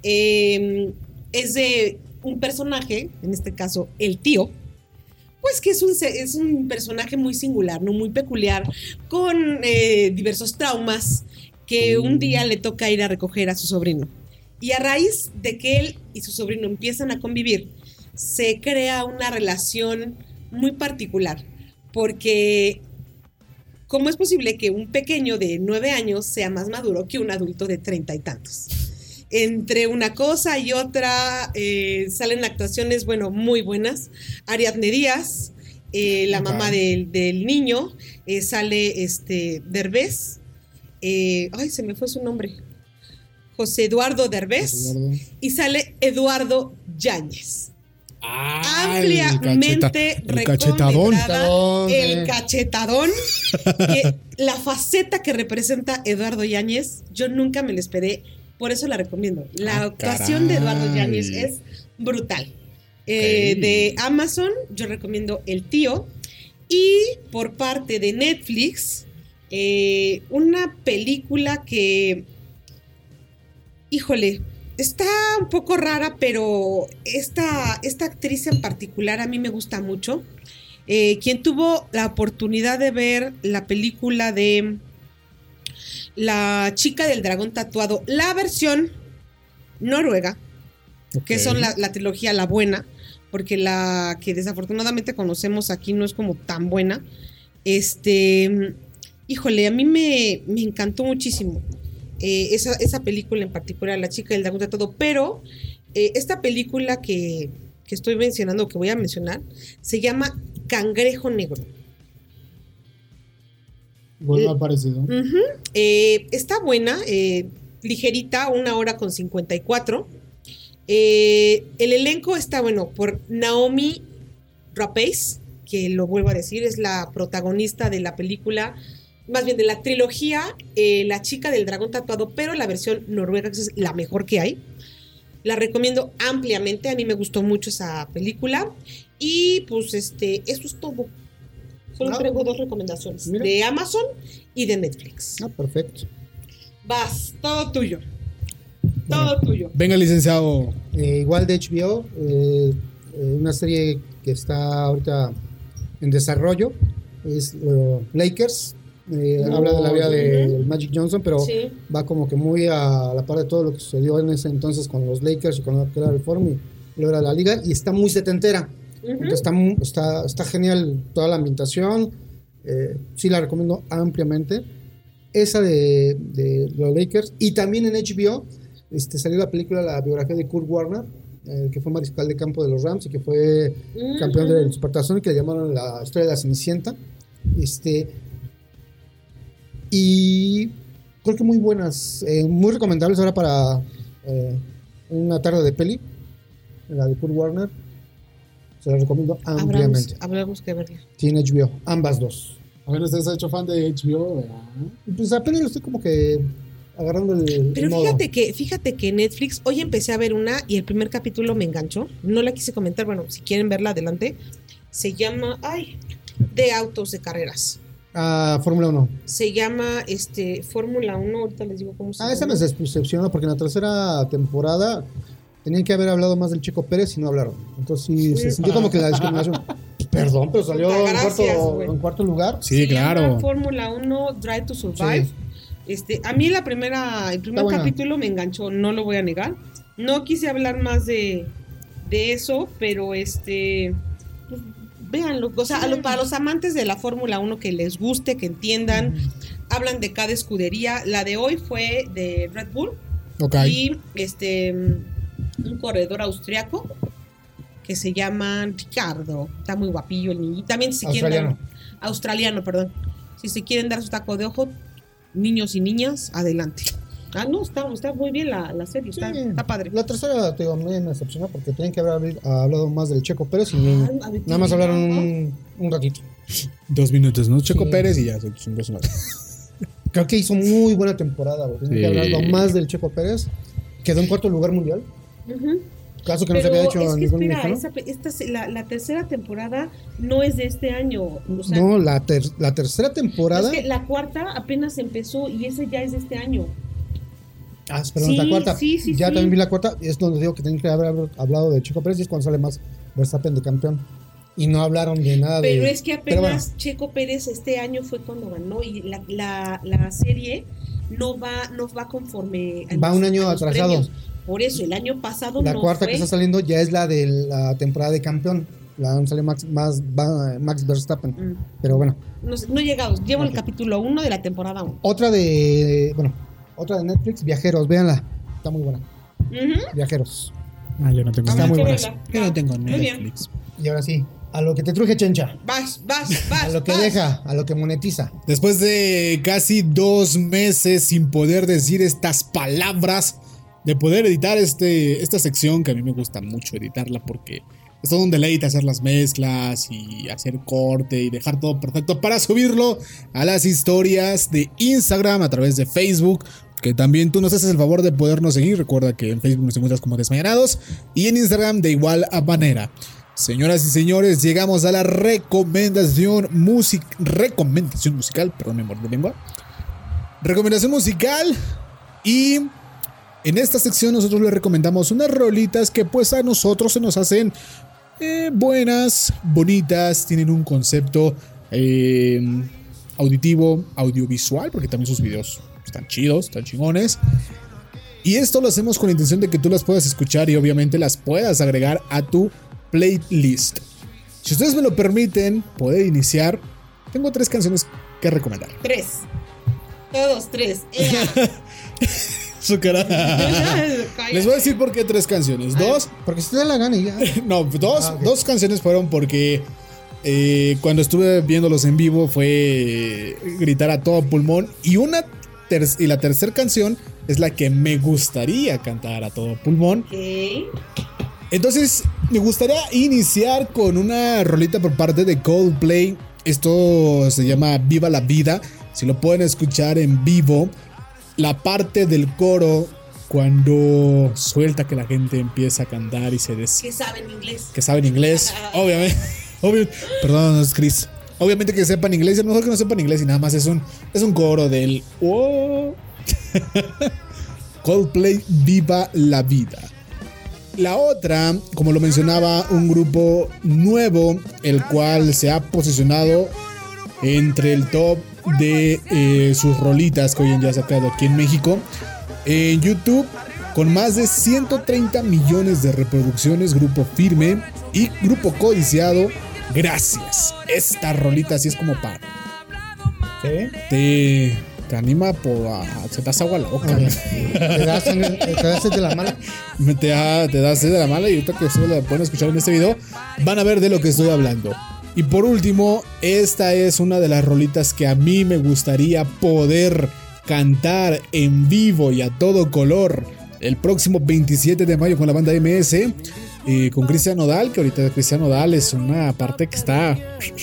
Es de un personaje, en este caso el tío, pues que es un personaje muy singular, ¿no? Muy peculiar, con diversos traumas, que un día le toca ir a recoger a su sobrino. Y a raíz de que él y su sobrino empiezan a convivir, se crea una relación muy particular. Porque, ¿cómo es posible que un pequeño de 9 años sea más maduro que un adulto de 30 y tantos? Entre una cosa y otra salen actuaciones, bueno, muy buenas. Ariadne Díaz, la mamá del niño, sale Derbez. Ay, se me fue su nombre. José Eduardo Derbez. Y sale Eduardo Yáñez. Ampliamente recomendada. El cachetadón. La faceta que representa Eduardo Yáñez, yo nunca me la esperé. Por eso la recomiendo. La actuación de Eduardo Yáñez es brutal. De Amazon, yo recomiendo El Tío. Y por parte de Netflix, una película que, híjole, está un poco rara, pero esta actriz en particular a mí me gusta mucho. Quien tuvo la oportunidad de ver la película de La chica del dragón tatuado, la versión noruega, que son la trilogía La Buena, porque la que desafortunadamente conocemos aquí no es como tan buena. Híjole, a mí me encantó muchísimo esa película en particular, La chica del dragón de todo, pero esta película que estoy mencionando, que voy a mencionar, se llama Cangrejo Negro. Bueno, ha parecido. Está buena, ligerita, 1 hora con 54. El elenco está bueno por Naomi Rapace, que lo vuelvo a decir, es la protagonista de la película, más bien de la trilogía La chica del dragón tatuado, pero la versión noruega, que es la mejor que hay. La recomiendo ampliamente, a mí me gustó mucho esa película. Y pues eso es todo. Solo traigo 2 recomendaciones, de Amazon y de Netflix. Perfecto. Vas, todo tuyo. Todo tuyo. Venga, licenciado. Igual de HBO, una serie que está ahorita en desarrollo es Lakers. Habla de la vida de Magic Johnson, pero va como que muy a la par de todo lo que sucedió en ese entonces con los Lakers y con lo que era el Forum y lo era la liga, y está muy setentera. Entonces está genial toda la ambientación. Sí la recomiendo ampliamente. Esa de los Lakers. Y también en HBO salió la película, la biografía de Kurt Warner, que fue mariscal de campo de los Rams y que fue campeón del Supertazón, que le llamaron la historia de la Cenicienta. Y creo que muy buenas, muy recomendables ahora para una tarde de peli, la de Kurt Warner. Se la recomiendo ampliamente. Habremos que verla. Sí, en HBO, ambas dos. A ver, ¿usted se ha hecho fan de HBO? ¿Verdad? Pues apenas lo estoy como que agarrando el Pero modo. fíjate que Netflix, hoy empecé a ver una y el primer capítulo me enganchó. No la quise comentar, bueno, si quieren verla, adelante. Se llama, de autos de carreras. Fórmula 1. Se llama Fórmula 1, ahorita les digo cómo se llama. Esa me decepcionó porque en la tercera temporada tenían que haber hablado más del Checo Pérez y no hablaron. Entonces sí. Se sintió como que la discriminación. Perdón, pero salió en cuarto lugar. Sí, se claro. Llama Fórmula 1 Drive to Survive. Sí. A mí el primer capítulo me enganchó, no lo voy a negar. No quise hablar más de eso, pero pues, véanlo. O sea, para los amantes de la Fórmula 1 que les guste, que entiendan, hablan de cada escudería. La de hoy fue de Red Bull. Okay. Y un corredor austriaco que se llama Ricardo. Está muy guapillo el niño. También si quieren australiano, perdón. Si se quieren dar su taco de ojo, niños y niñas, adelante. No, está muy bien la serie, está padre. La tercera, me decepcionó porque tenían que haber hablado más del Checo Pérez y nada más hablaron un ratito. 2 minutos, ¿no? Checo Pérez y ya se chingó su madre. Creo que hizo muy buena temporada, tenían que haber hablado más del Checo Pérez. Quedó en 4º lugar mundial. Caso que no se había hecho a ningún mexicano. La tercera temporada no es de este año. O sea, no, la tercera temporada. Es que la cuarta apenas empezó y esa ya es de este año. Perdón, la cuarta. Ya también vi la cuarta. Y es donde digo que tienen que haber hablado de Checo Pérez y es cuando sale más Verstappen de campeón. Y no hablaron de nada pero es que apenas Checo Pérez este año fue cuando ganó y la serie no va conforme. Va un año atrasado. Premios. Por eso, el año pasado la cuarta que está saliendo ya es la de la temporada de campeón. La donde sale Max Verstappen. Pero bueno. No he llegado. Llevo el capítulo 1 de la temporada 1. Otra de Netflix, Viajeros. Véanla. Está muy buena. Viajeros. Yo no tengo. Está muy buena. Yo no tengo Netflix. Y ahora sí, a lo que te truje, Chencha. Vas. A lo que deja, a lo que monetiza. Después de casi 2 meses sin poder decir estas palabras, de poder editar esta sección, que a mí me gusta mucho editarla porque es todo un deleite hacer las mezclas y hacer corte y dejar todo perfecto para subirlo a las historias de Instagram, a través de Facebook, que también tú nos haces el favor de podernos seguir. Recuerda que en Facebook nos encuentras como Desmañanados y en Instagram de igual manera. Señoras y señores, llegamos a la recomendación musical, perdón, mi amor de lengua. Recomendación musical. Y en esta sección nosotros les recomendamos unas rolitas que pues a nosotros se nos hacen buenas, bonitas, tienen un concepto auditivo, audiovisual, porque también sus videos están chidos, están chingones. Y esto lo hacemos con la intención de que tú las puedas escuchar y obviamente las puedas agregar a tu playlist. Si ustedes me lo permiten, poder iniciar. Tengo 3 canciones que recomendar. 3. Todos 3. Su cara. Les voy a decir por qué 3 canciones. 2. Porque si te da la gana y ya. No, 2 okay. 2 canciones fueron porque cuando estuve viéndolos en vivo fue gritar a todo pulmón. Y la tercera canción es la que me gustaría cantar a todo pulmón. Okay. Entonces me gustaría iniciar con una rolita por parte de Coldplay. Esto se llama Viva la Vida. Si lo pueden escuchar en vivo, la parte del coro cuando suelta que la gente empieza a cantar y se decide. Que saben inglés. Obviamente. Perdón, es Chris. Obviamente que sepan inglés, es mejor que no sepan inglés y nada más es un coro del wow. Coldplay, Viva la Vida. La otra, como lo mencionaba, un grupo nuevo, el cual se ha posicionado entre el top de sus rolitas que hoy en día ha sacado aquí en México. En YouTube, con más de 130 millones de reproducciones, Grupo Firme y Grupo Codiciado. Gracias. Esta rolita así es como para. ¿Sí? Te anima se te hace agua la boca. Te das sed de la mala. Te da sed de la mala y ahorita que ustedes la pueden escuchar en este video van a ver de lo que estoy hablando. Y por último, esta es una de las rolitas que a mí me gustaría poder cantar en vivo y a todo color el próximo 27 de mayo con la banda MS, con Cristian Nodal, que ahorita Cristian Nodal es una parte que está...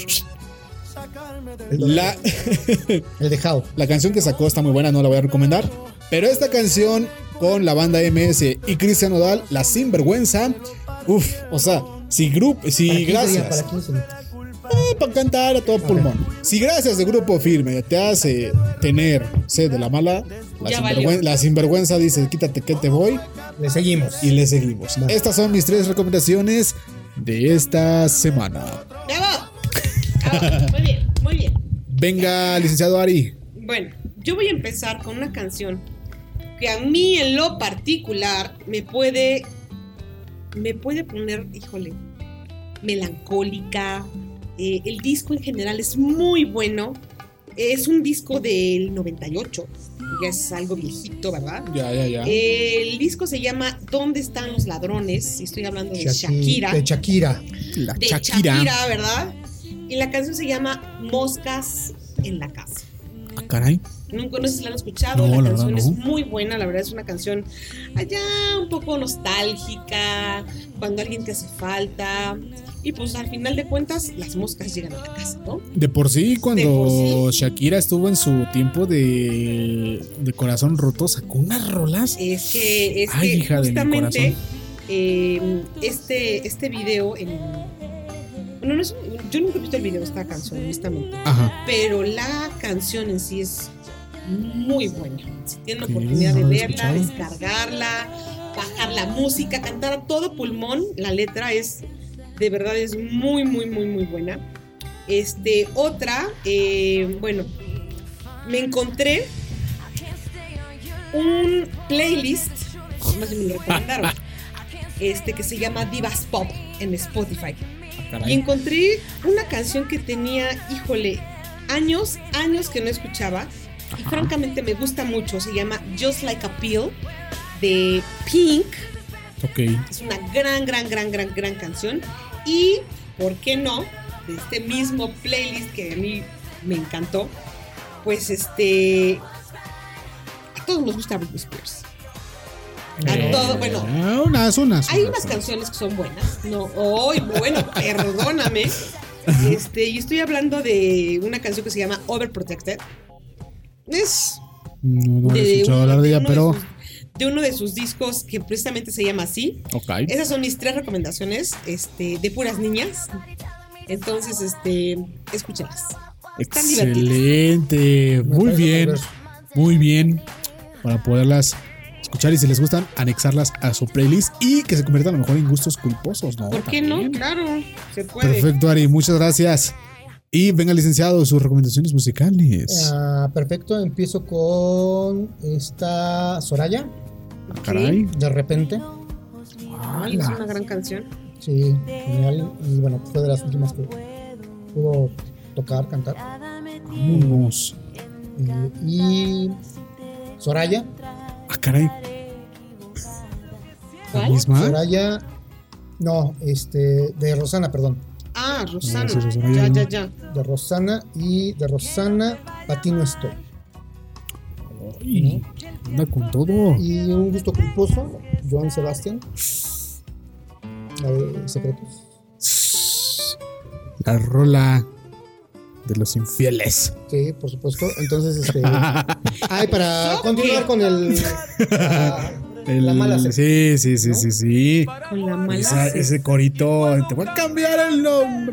El dejado. La canción que sacó está muy buena, no la voy a recomendar. Pero esta canción con la banda MS y Cristian Nodal, La Sinvergüenza. O sea, si gracias. ¿Para quién sería? Para cantar a todo pulmón. Si gracias de Grupo Firme te hace tener sed de la mala, la sinvergüenza dice, quítate que te voy. Le seguimos. Y le seguimos. Vale. Estas son mis 3 recomendaciones de esta semana. ¡Bravo! Muy bien, muy bien. Venga, licenciado Ari. Bueno, yo voy a empezar con una canción que a mí en lo particular me puede poner, híjole, melancólica. El disco en general es muy bueno. Es un disco del 98. Ya es algo viejito, ¿verdad? Ya. El disco se llama ¿Dónde están los ladrones? Y estoy hablando de Shakira. De Shakira. Shakira, ¿verdad? Y la canción se llama Moscas en la casa. Ah, caray. No sé si la han escuchado. No, la canción no. es muy buena. La verdad es una canción allá un poco nostálgica, cuando alguien te hace falta. Y pues al final de cuentas las moscas llegan a la casa, ¿no? De por sí, cuando Shakira estuvo en su tiempo de corazón roto, sacó unas rolas. Es que hija justamente este video bueno, no es, yo nunca he visto el video de esta canción, honestamente. Ajá. Pero la canción en sí es muy buena. Si tienen la oportunidad de verla, descargarla, bajar la música, cantar a todo pulmón, la letra es, de verdad es muy, muy, muy, muy buena. Otra, bueno, me encontré un playlist, más bien me lo recomendaron, que se llama Divas Pop en Spotify. Caray. Y encontré una canción que tenía, híjole, años que no escuchaba. Y francamente me gusta mucho. Se llama Just Like a Pill de Pink. Ok. Es una gran canción. Y, ¿por qué no? De este mismo playlist que a mí me encantó. Pues a todos nos gusta Britney Spears. A todo, bueno. Hay unas canciones que son buenas. No, bueno, perdóname. Y estoy hablando de una canción que se llama Overprotected. No he escuchado hablar de ella, pero de uno de sus discos que precisamente se llama así. Okay. Esas son mis 3 recomendaciones de puras niñas. Entonces, escúchenlas. Están excelente. Muy bien. Para poderlas escuchar y si les gustan, anexarlas a su playlist y que se conviertan a lo mejor en gustos culposos, ¿no? ¿Por qué no? Claro, se puede. Perfecto, Ari, muchas gracias. Y venga, licenciado, sus recomendaciones musicales. Perfecto, empiezo con esta Soraya. Caray. De repente. Ay, es una gran canción. Sí, genial. Y bueno, fue de las últimas que pudo tocar, cantar. Vámonos. Y Soraya. Ah, caray. ¿La ¿Cuál? misma? Soraya. No, de Rosana, perdón. Ah, Rosana. No, sí, Rosana, Ya. De Rosana y de Rosana, para ti no estoy. Ay, anda con todo. Y un gusto culposo, Joan Sebastián. La de Secretos. La rola de los infieles. Sí, por supuesto. Entonces, para continuar con la mala Sí. Con la mala. Ese corito. Te voy a cambiar el nombre.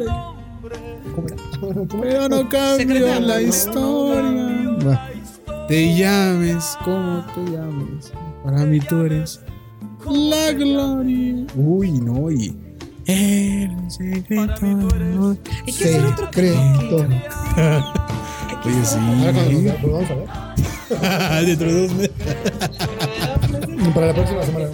Pero no cambio la historia. Te llames como te llames. Para mí tú eres la gloria. Uy, no, y el secreto. Hay que hacer otro Secreto. Oye, sí. Ahora cuando nos volvamos a ver. Dentro de 2 meses. Para la próxima semana.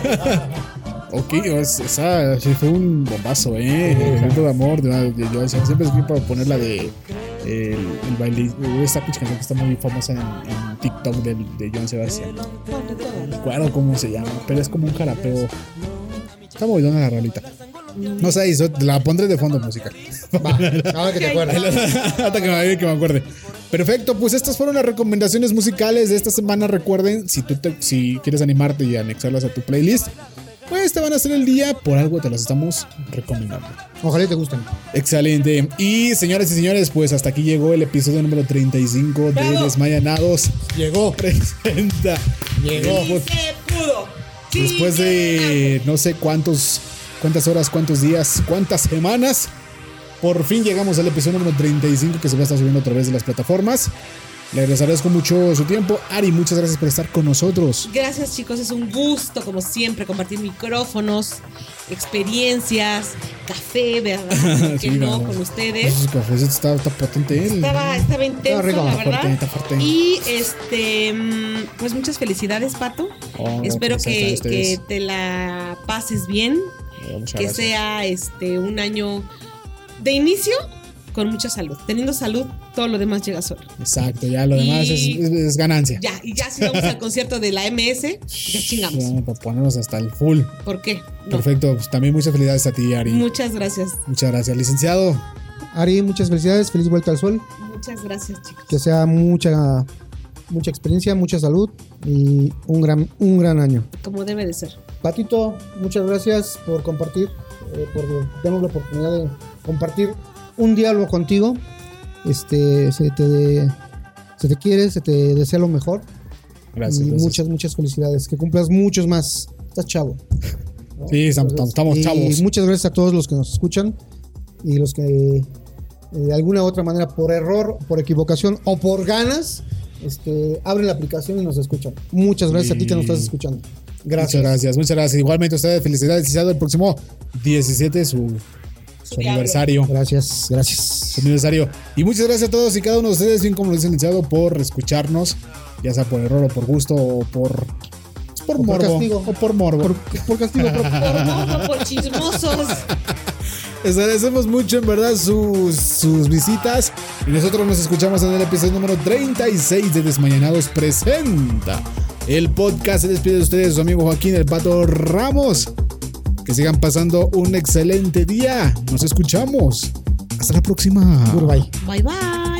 Ok, esa sí fue un bombazo, El secreto de amor. Yo siempre escribí para poner la de el baile. Esta pinche canción que está muy famosa en TikTok de Joan Sebastián. No recuerdo cómo se llama, pero es como un jarapeo. Está muy buena la rolita. No sé, la pondré de fondo musical. Va, ahora que te acuerdas. Hasta que me acuerde. Perfecto, pues estas fueron las recomendaciones musicales de esta semana. Recuerden, si quieres animarte y anexarlas a tu playlist, pues te van a hacer el día. Por algo te las estamos recomendando. Ojalá te gusten. Excelente. Y señores y señores, pues hasta aquí llegó el episodio número 35 de Desmayanados. Llegó. Presenta. Llegó. Sí se pudo. Sí Después se de no sé cuántas horas, cuántos días, cuántas semanas, por fin llegamos al episodio número 35 que se va a estar subiendo a través de las plataformas. Le agradezco mucho su tiempo. Ari, muchas gracias por estar con nosotros. Gracias, chicos, es un gusto como siempre compartir micrófonos, experiencias, café, ¿verdad? Sí, que no, no. con ustedes. Ese cafecito está potente. Estaba intenso, rico, la verdad. Está fuerte. Y pues muchas felicidades, Pato. Espero felicidades a ustedes. que te la pases bien, Muchas que gracias. sea un año de inicio con mucha salud. Teniendo salud, todo lo demás llega solo. Exacto, ya lo demás es ganancia. Ya si vamos al concierto de la MS, ya chingamos. Ya, para ponernos hasta el full. ¿Por qué? No. Perfecto, pues también muchas felicidades a ti, Ari. Muchas gracias. Muchas gracias, licenciado. Ari, muchas felicidades. Feliz vuelta al sol. Muchas gracias, chicos. Que sea mucha experiencia, mucha salud y un gran año. Como debe de ser. Patito, muchas gracias por compartir, por darnos la oportunidad de compartir un diálogo contigo. Se te quiere, se te desea lo mejor. Gracias. Y gracias. muchas felicidades. Que cumplas muchos más. Estás chavo, ¿no? Sí, estamos chavos. Y muchas gracias a todos los que nos escuchan y los que de alguna u otra manera, por error, por equivocación o por ganas, abren la aplicación y nos escuchan. Muchas gracias a ti que nos estás escuchando. Gracias. Muchas gracias. Igualmente a ustedes, felicidades, licenciado. El próximo 17 su aniversario. Gracias. Su aniversario. Y muchas gracias a todos y cada uno de ustedes, bien como lo dice el licenciado, por escucharnos, ya sea por error o por gusto o por morbo. Castigo. O por morbo. Por castigo. Por chismosos. Les agradecemos mucho en verdad sus visitas. Y nosotros nos escuchamos en el episodio número 36 de Desmañanados presenta. El podcast se despide de ustedes, su amigo Joaquín el Pato Ramos. Que sigan pasando un excelente día. Nos escuchamos. Hasta la próxima. Goodbye. Bye bye.